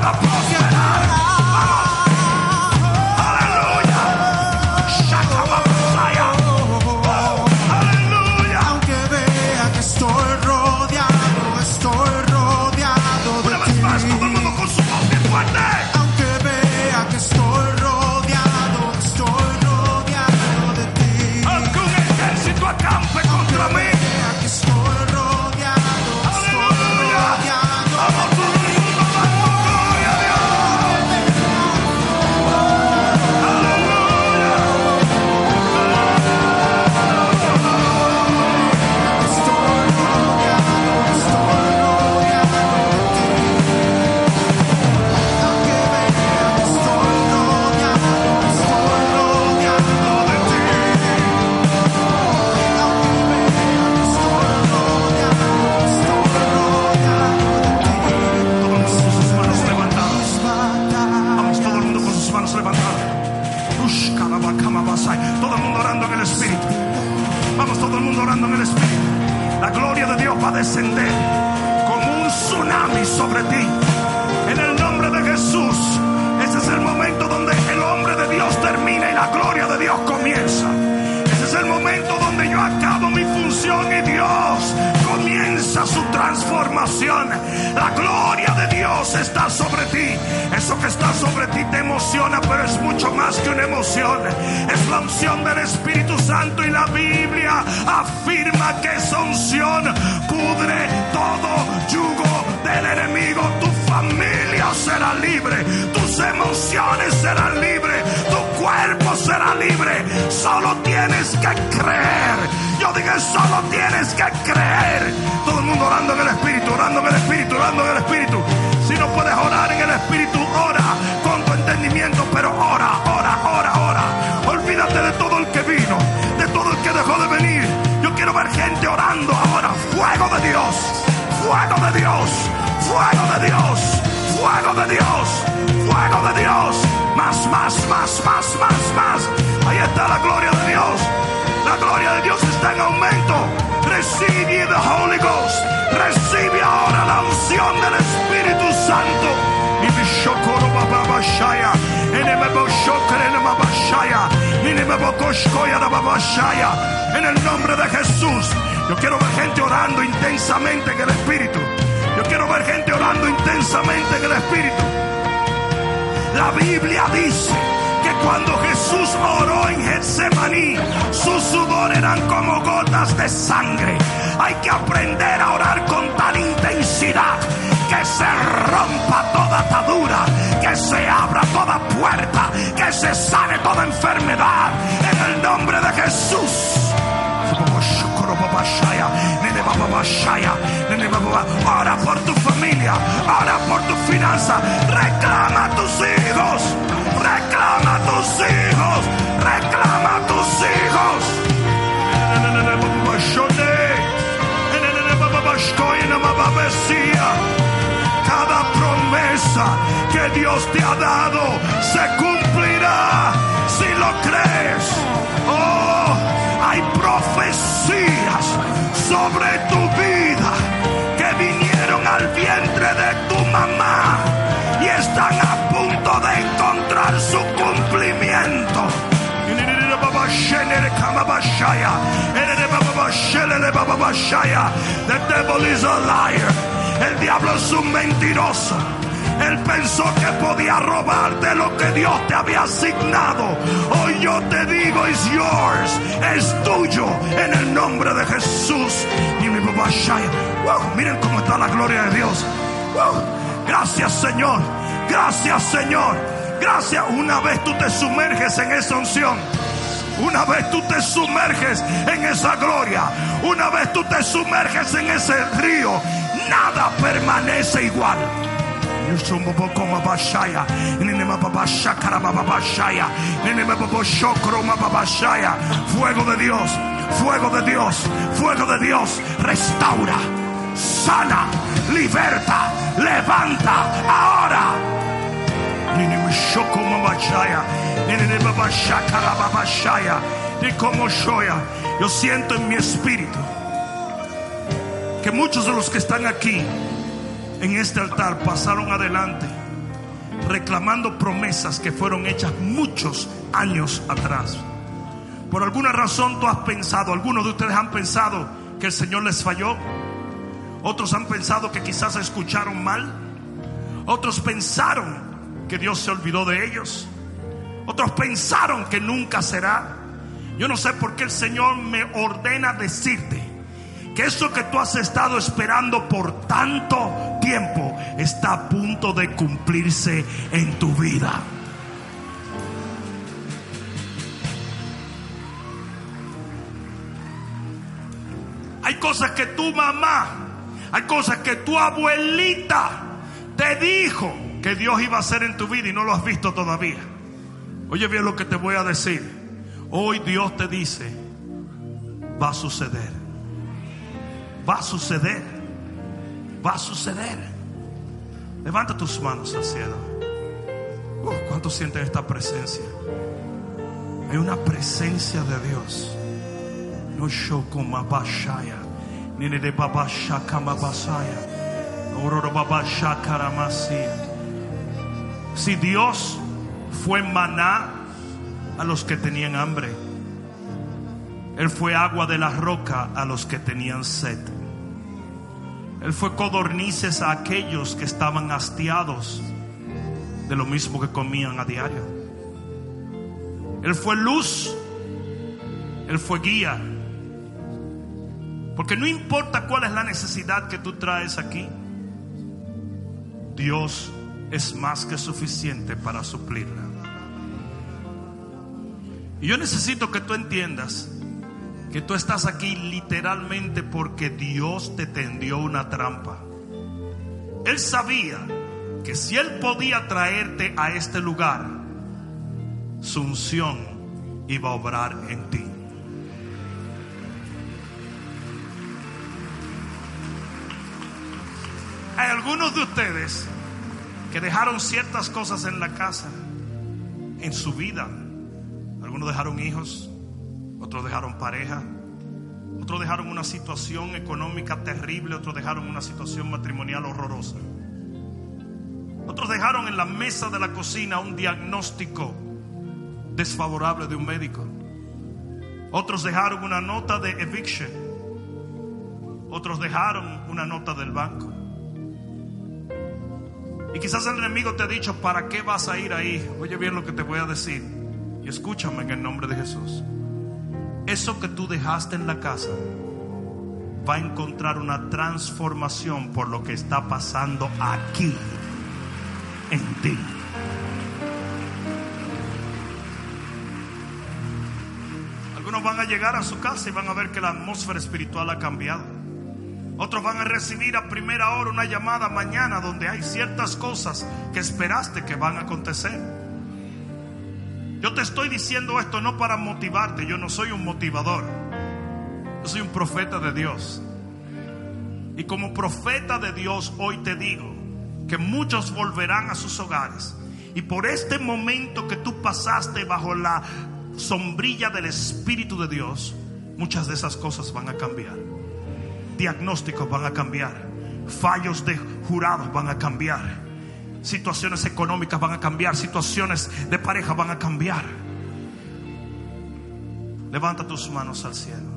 a prosperar. Aleluya. Shakababasaya. Aleluya. Aunque vea que estoy rodeado, estoy rodeado de Una ti. vez más, todo el mundo con su voz bien fuerte. Aunque vea que estoy rodeado, estoy rodeado de ti. Aunque un ejército acampe contra mí. Vea que estoy rodeado, estoy rodeado. Vamos todo el mundo dando gloria a Dios. Estoy rodeado, estoy rodeado de ti. Aunque vea que estoy rodeado, estoy rodeado de ti. Aunque vea que estoy rodeado, estoy rodeado de ti. Todo el mundo con sus manos levantadas. Vamos, todo el mundo con sus manos levantadas. Ush, karabakamamasai. Todo el mundo orando en el Espíritu. Vamos, todo el mundo orando en el Espíritu. La gloria de Dios va a descender como un tsunami sobre ti. En el nombre de Jesús. Ese es el momento donde el hombre de Dios termina y la gloria de Dios comienza. Ese es el momento donde yo acabo mi función y Dios comienza su transformación. La gloria de Dios está sobre ti. Eso que está sobre ti te emociona, pero es mucho más que una emoción. Es la unción del Espíritu Santo y la Biblia afirma que esa unción pudre todo yugo del enemigo. Tu familia será libre, tus emociones serán libres, tu cuerpo será libre. Solo tienes que creer. Yo dije, solo tienes que creer. Todo el mundo orando en el Espíritu, orando en el Espíritu, orando en el Espíritu. Si no puedes orar en el Espíritu, ora con tu entendimiento, pero ora, ora, ora, ora. Olvídate de todo el que vino, de todo el que dejó de venir. Yo quiero ver gente orando ahora. Fuego de Dios, fuego de Dios, fuego de Dios, fuego de Dios, fuego de Dios. Más, más, más, más, más, más. Ahí está la gloria de Dios. La gloria de Dios está en aumento. Receive ye the Holy Ghost. Recibe ahora la unción del Espíritu Santo. Y mi shokoro bababashaya. Eneme boshokere namabashaya. Eneme bokoshkoya namabashaya. En el nombre de Jesús. Yo quiero ver gente orando intensamente en el Espíritu. Yo quiero ver gente orando intensamente en el Espíritu. La Biblia dice que cuando Jesús oró en Getsemaní, sus sudor eran como gotas de sangre. Hay que aprender a orar con tal intensidad que se rompa toda atadura, que se abra toda puerta, que se sane toda enfermedad en el nombre de Jesús. Ora por tu familia, ora por tu finanza, reclama a tus hijos, reclama a tus hijos, reclama a tus hijos. Cada promesa que Dios te ha dado se cumplirá si lo crees. Oh, hay profecías sobre tu vida que vinieron al vientre de tu mamá y están a punto de encontrar su cumplimiento. The devil is a liar. El diablo es un mentiroso. Él pensó que podía robarte lo que Dios te había asignado. Hoy yo te digo, it's yours, es tuyo en el nombre de Jesús. Y mi papá Shaya, wow, miren cómo está la gloria de Dios. Wow, gracias Señor, gracias Señor, gracias. Una vez tú te sumerges en esa unción, una vez tú te sumerges en esa gloria, una vez tú te sumerges en ese río, nada permanece igual. Fuego de Dios, fuego de Dios, fuego de Dios, restaura, sana, liberta, levanta ahora. Yo siento en mi espíritu que muchos de los que están aquí en este altar pasaron adelante reclamando promesas que fueron hechas muchos años atrás. Por alguna razón tú has pensado, algunos de ustedes han pensado que el Señor les falló. Otros han pensado que quizás escucharon mal. Otros pensaron que Dios se olvidó de ellos. Otros pensaron que nunca será. Yo no sé por qué el Señor me ordena decirte que eso que tú has estado esperando por tanto tiempo está a punto de cumplirse en tu vida. Hay cosas que tu mamá, hay cosas que tu abuelita te dijo que Dios iba a hacer en tu vida y no lo has visto todavía. Oye bien lo que te voy a decir. Hoy Dios te dice, va a suceder. Va a suceder. Va a suceder. Levanta tus manos al cielo. Uh, ¿Cuántos sienten esta presencia? Hay una presencia de Dios. No shokoma bashaya. Nene de babasha kama basaya. Aurora babasha karamasi. Si Dios fue maná a los que tenían hambre, Él fue agua de la roca a los que tenían sed. Él fue codornices a aquellos que estaban hastiados de lo mismo que comían a diario. Él fue luz. Él fue guía. Porque no importa cuál es la necesidad que tú traes aquí, Dios es más que suficiente para suplirla. Y yo necesito que tú entiendas que tú estás aquí literalmente porque Dios te tendió una trampa. Él sabía que si Él podía traerte a este lugar, su unción iba a obrar en ti. Hay algunos de ustedes que dejaron ciertas cosas en la casa, en su vida. Algunos dejaron hijos, otros dejaron pareja, otros dejaron una situación económica terrible, otros dejaron una situación matrimonial horrorosa. Otros dejaron en la mesa de la cocina un diagnóstico desfavorable de un médico. Otros dejaron una nota de eviction. Otros dejaron una nota del banco. Y quizás el enemigo te ha dicho, ¿para qué vas a ir ahí? Oye bien lo que te voy a decir. Y escúchame en el nombre de Jesús. Eso que tú dejaste en la casa va a encontrar una transformación por lo que está pasando aquí en ti. Algunos van a llegar a su casa y van a ver que la atmósfera espiritual ha cambiado. Otros van a recibir a primera hora una llamada mañana donde hay ciertas cosas que esperaste que van a acontecer. Yo te estoy diciendo esto no para motivarte. Yo no soy un motivador. Yo soy un profeta de Dios. Y como profeta de Dios hoy te digo que muchos volverán a sus hogares. Y por este momento que tú pasaste bajo la sombrilla del Espíritu de Dios, muchas de esas cosas van a cambiar. Diagnósticos van a cambiar. Fallos de jurados van a cambiar. Situaciones económicas van a cambiar. Situaciones de pareja van a cambiar. Levanta tus manos al cielo.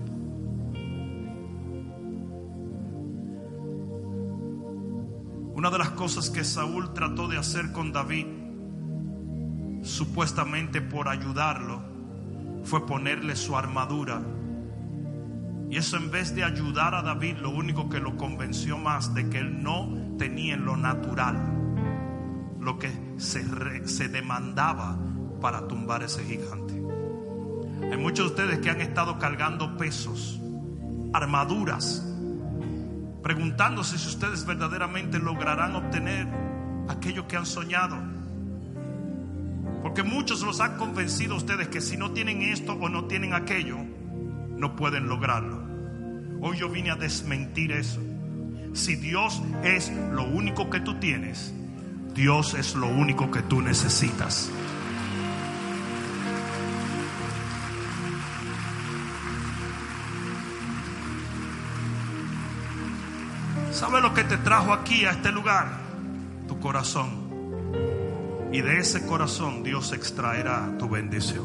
Una de las cosas que Saúl trató de hacer con David, supuestamente por ayudarlo, fue ponerle su armadura. Y eso, en vez de ayudar a David, lo único que lo convenció más de que él no tenía en lo natural lo que se, re, se demandaba para tumbar ese gigante. Hay muchos de ustedes que han estado cargando pesos, armaduras, preguntándose si ustedes verdaderamente lograrán obtener aquello que han soñado. Porque muchos los han convencido a ustedes que si no tienen esto o no tienen aquello, no pueden lograrlo. Hoy yo vine a desmentir eso. Si Dios es lo único que tú tienes, Dios es lo único que tú necesitas. ¿Sabe lo que te trajo aquí a este lugar? Tu corazón. Y de ese corazón Dios extraerá tu bendición.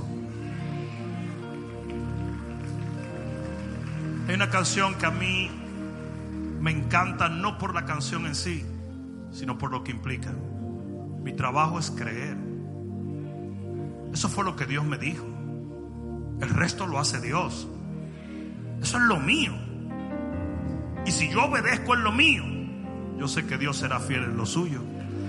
Hay una canción que a mí me encanta, no por la canción en sí, sino por lo que implica. Mi trabajo es creer. Eso fue lo que Dios me dijo. El resto lo hace Dios. Eso es lo mío. Y si yo obedezco en lo mío, yo sé que Dios será fiel en lo suyo.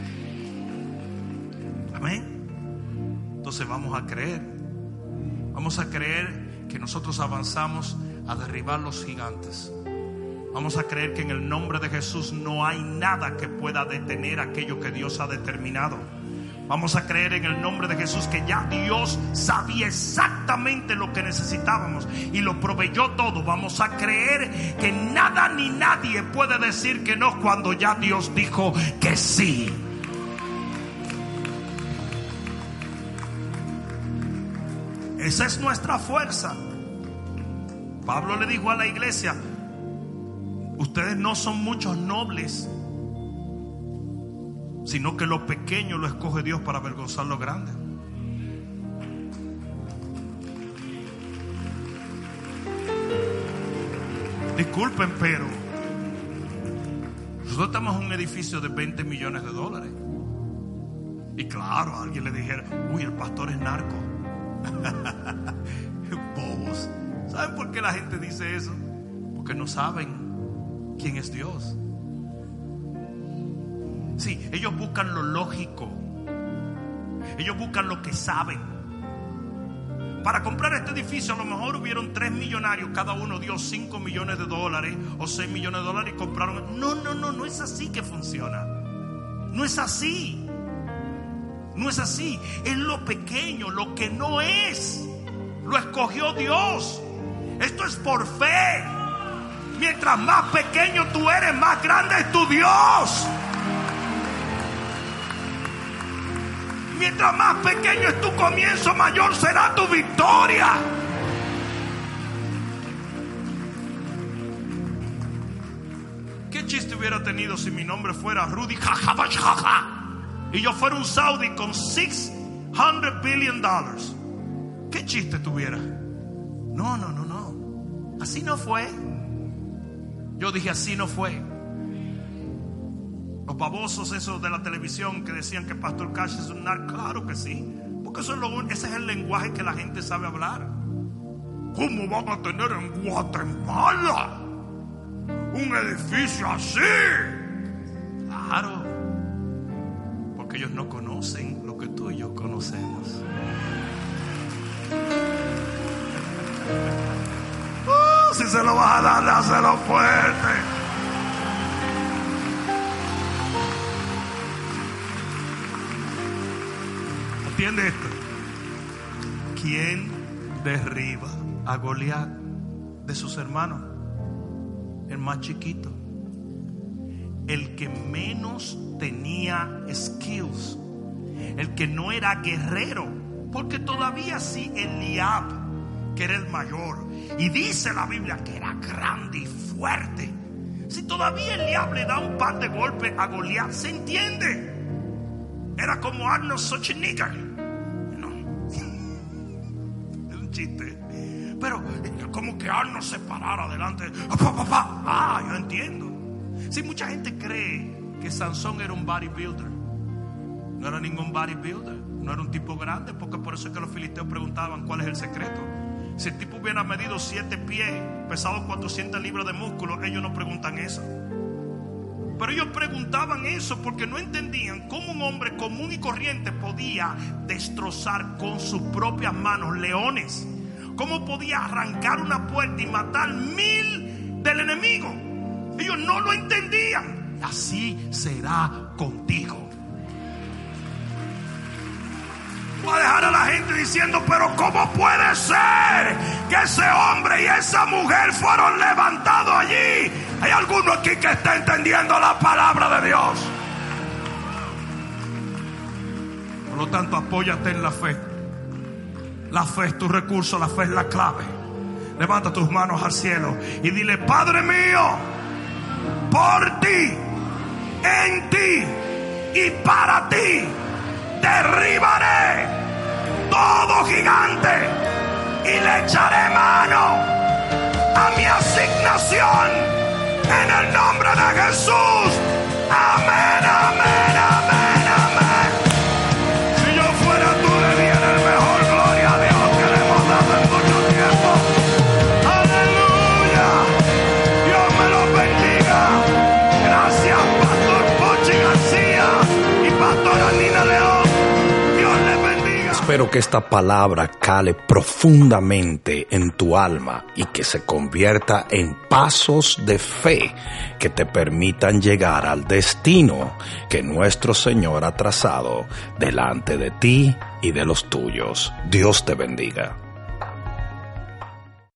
Amén. Entonces vamos a creer. Vamos a creer que nosotros avanzamos a derribar los gigantes. Vamos a creer que en el nombre de Jesús no hay nada que pueda detener aquello que Dios ha determinado. Vamos a creer en el nombre de Jesús que ya Dios sabía exactamente lo que necesitábamos y lo proveyó todo. Vamos a creer que nada ni nadie puede decir que no cuando ya Dios dijo que sí. Esa es nuestra fuerza. Pablo le dijo a la iglesia: ustedes no son muchos nobles, sino que lo pequeño lo escoge Dios para avergonzar lo grande. Disculpen, pero nosotros estamos en un edificio de veinte millones de dólares. Y claro, a alguien le dijera: uy, el pastor es narco. Bobos. ¿Saben por qué la gente dice eso? Porque no saben quién es Dios. Sí, ellos buscan lo lógico. Ellos buscan lo que saben. Para comprar este edificio a lo mejor hubieron tres millonarios. Cada uno dio cinco millones de dólares o seis millones de dólares y compraron. No, no, no, no es así que funciona. No es así. No es así. Es lo pequeño, lo que no es. Lo escogió Dios. Esto es por fe. Mientras más pequeño tú eres, más grande es tu Dios. Mientras más pequeño es tu comienzo, mayor será tu victoria. ¿Qué chiste hubiera tenido si mi nombre fuera Rudy Jajabajaja y yo fuera un saudí con seiscientos billion dollars? ¿Qué chiste tuviera? No, no, no, no. Así no fue. Yo dije: así no fue. Los babosos esos de la televisión que decían que Pastor Cash es un narco, claro que sí, porque eso es lo, ese es el lenguaje que la gente sabe hablar. ¿Cómo van a tener en Guatemala un edificio así? Claro, porque ellos no conocen lo que tú y yo conocemos. Uh, si se lo vas a dar, dáselo fuerte. ¿Entiende esto? ¿Quién derriba a Goliat de sus hermanos? El más chiquito, el que menos tenía skills, el que no era guerrero, porque todavía sí Eliab, que era el mayor, y dice la Biblia que era grande y fuerte. Si todavía Eliab le da un par de golpes a Goliat, se entiende. Era como Arnold Schwarzenegger. Chiste. Pero como que Arnold se parara adelante. Ah, yo entiendo. Si mucha gente cree que Sansón era un bodybuilder, no era ningún bodybuilder, no era un tipo grande, porque por eso es que los filisteos preguntaban cuál es el secreto. Si el tipo hubiera medido siete pies, pesado cuatrocientas libras de músculo, ellos no preguntan eso. Pero ellos preguntaban eso porque no entendían cómo un hombre común y corriente podía destrozar con sus propias manos leones. Cómo podía arrancar una puerta y matar mil del enemigo. Ellos no lo entendían. Así será contigo. Va a dejar a la gente diciendo: pero ¿cómo puede ser que ese hombre y esa mujer fueron levantados allí? Hay alguno aquí que está entendiendo la palabra de Dios. Por lo tanto, apóyate en la fe. La fe es tu recurso, la fe es la clave. Levanta tus manos al cielo y dile: Padre mío, por ti, en ti y para ti, te Espero que esta palabra cale profundamente en tu alma y que se convierta en pasos de fe que te permitan llegar al destino que nuestro Señor ha trazado delante de ti y de los tuyos. Dios te bendiga.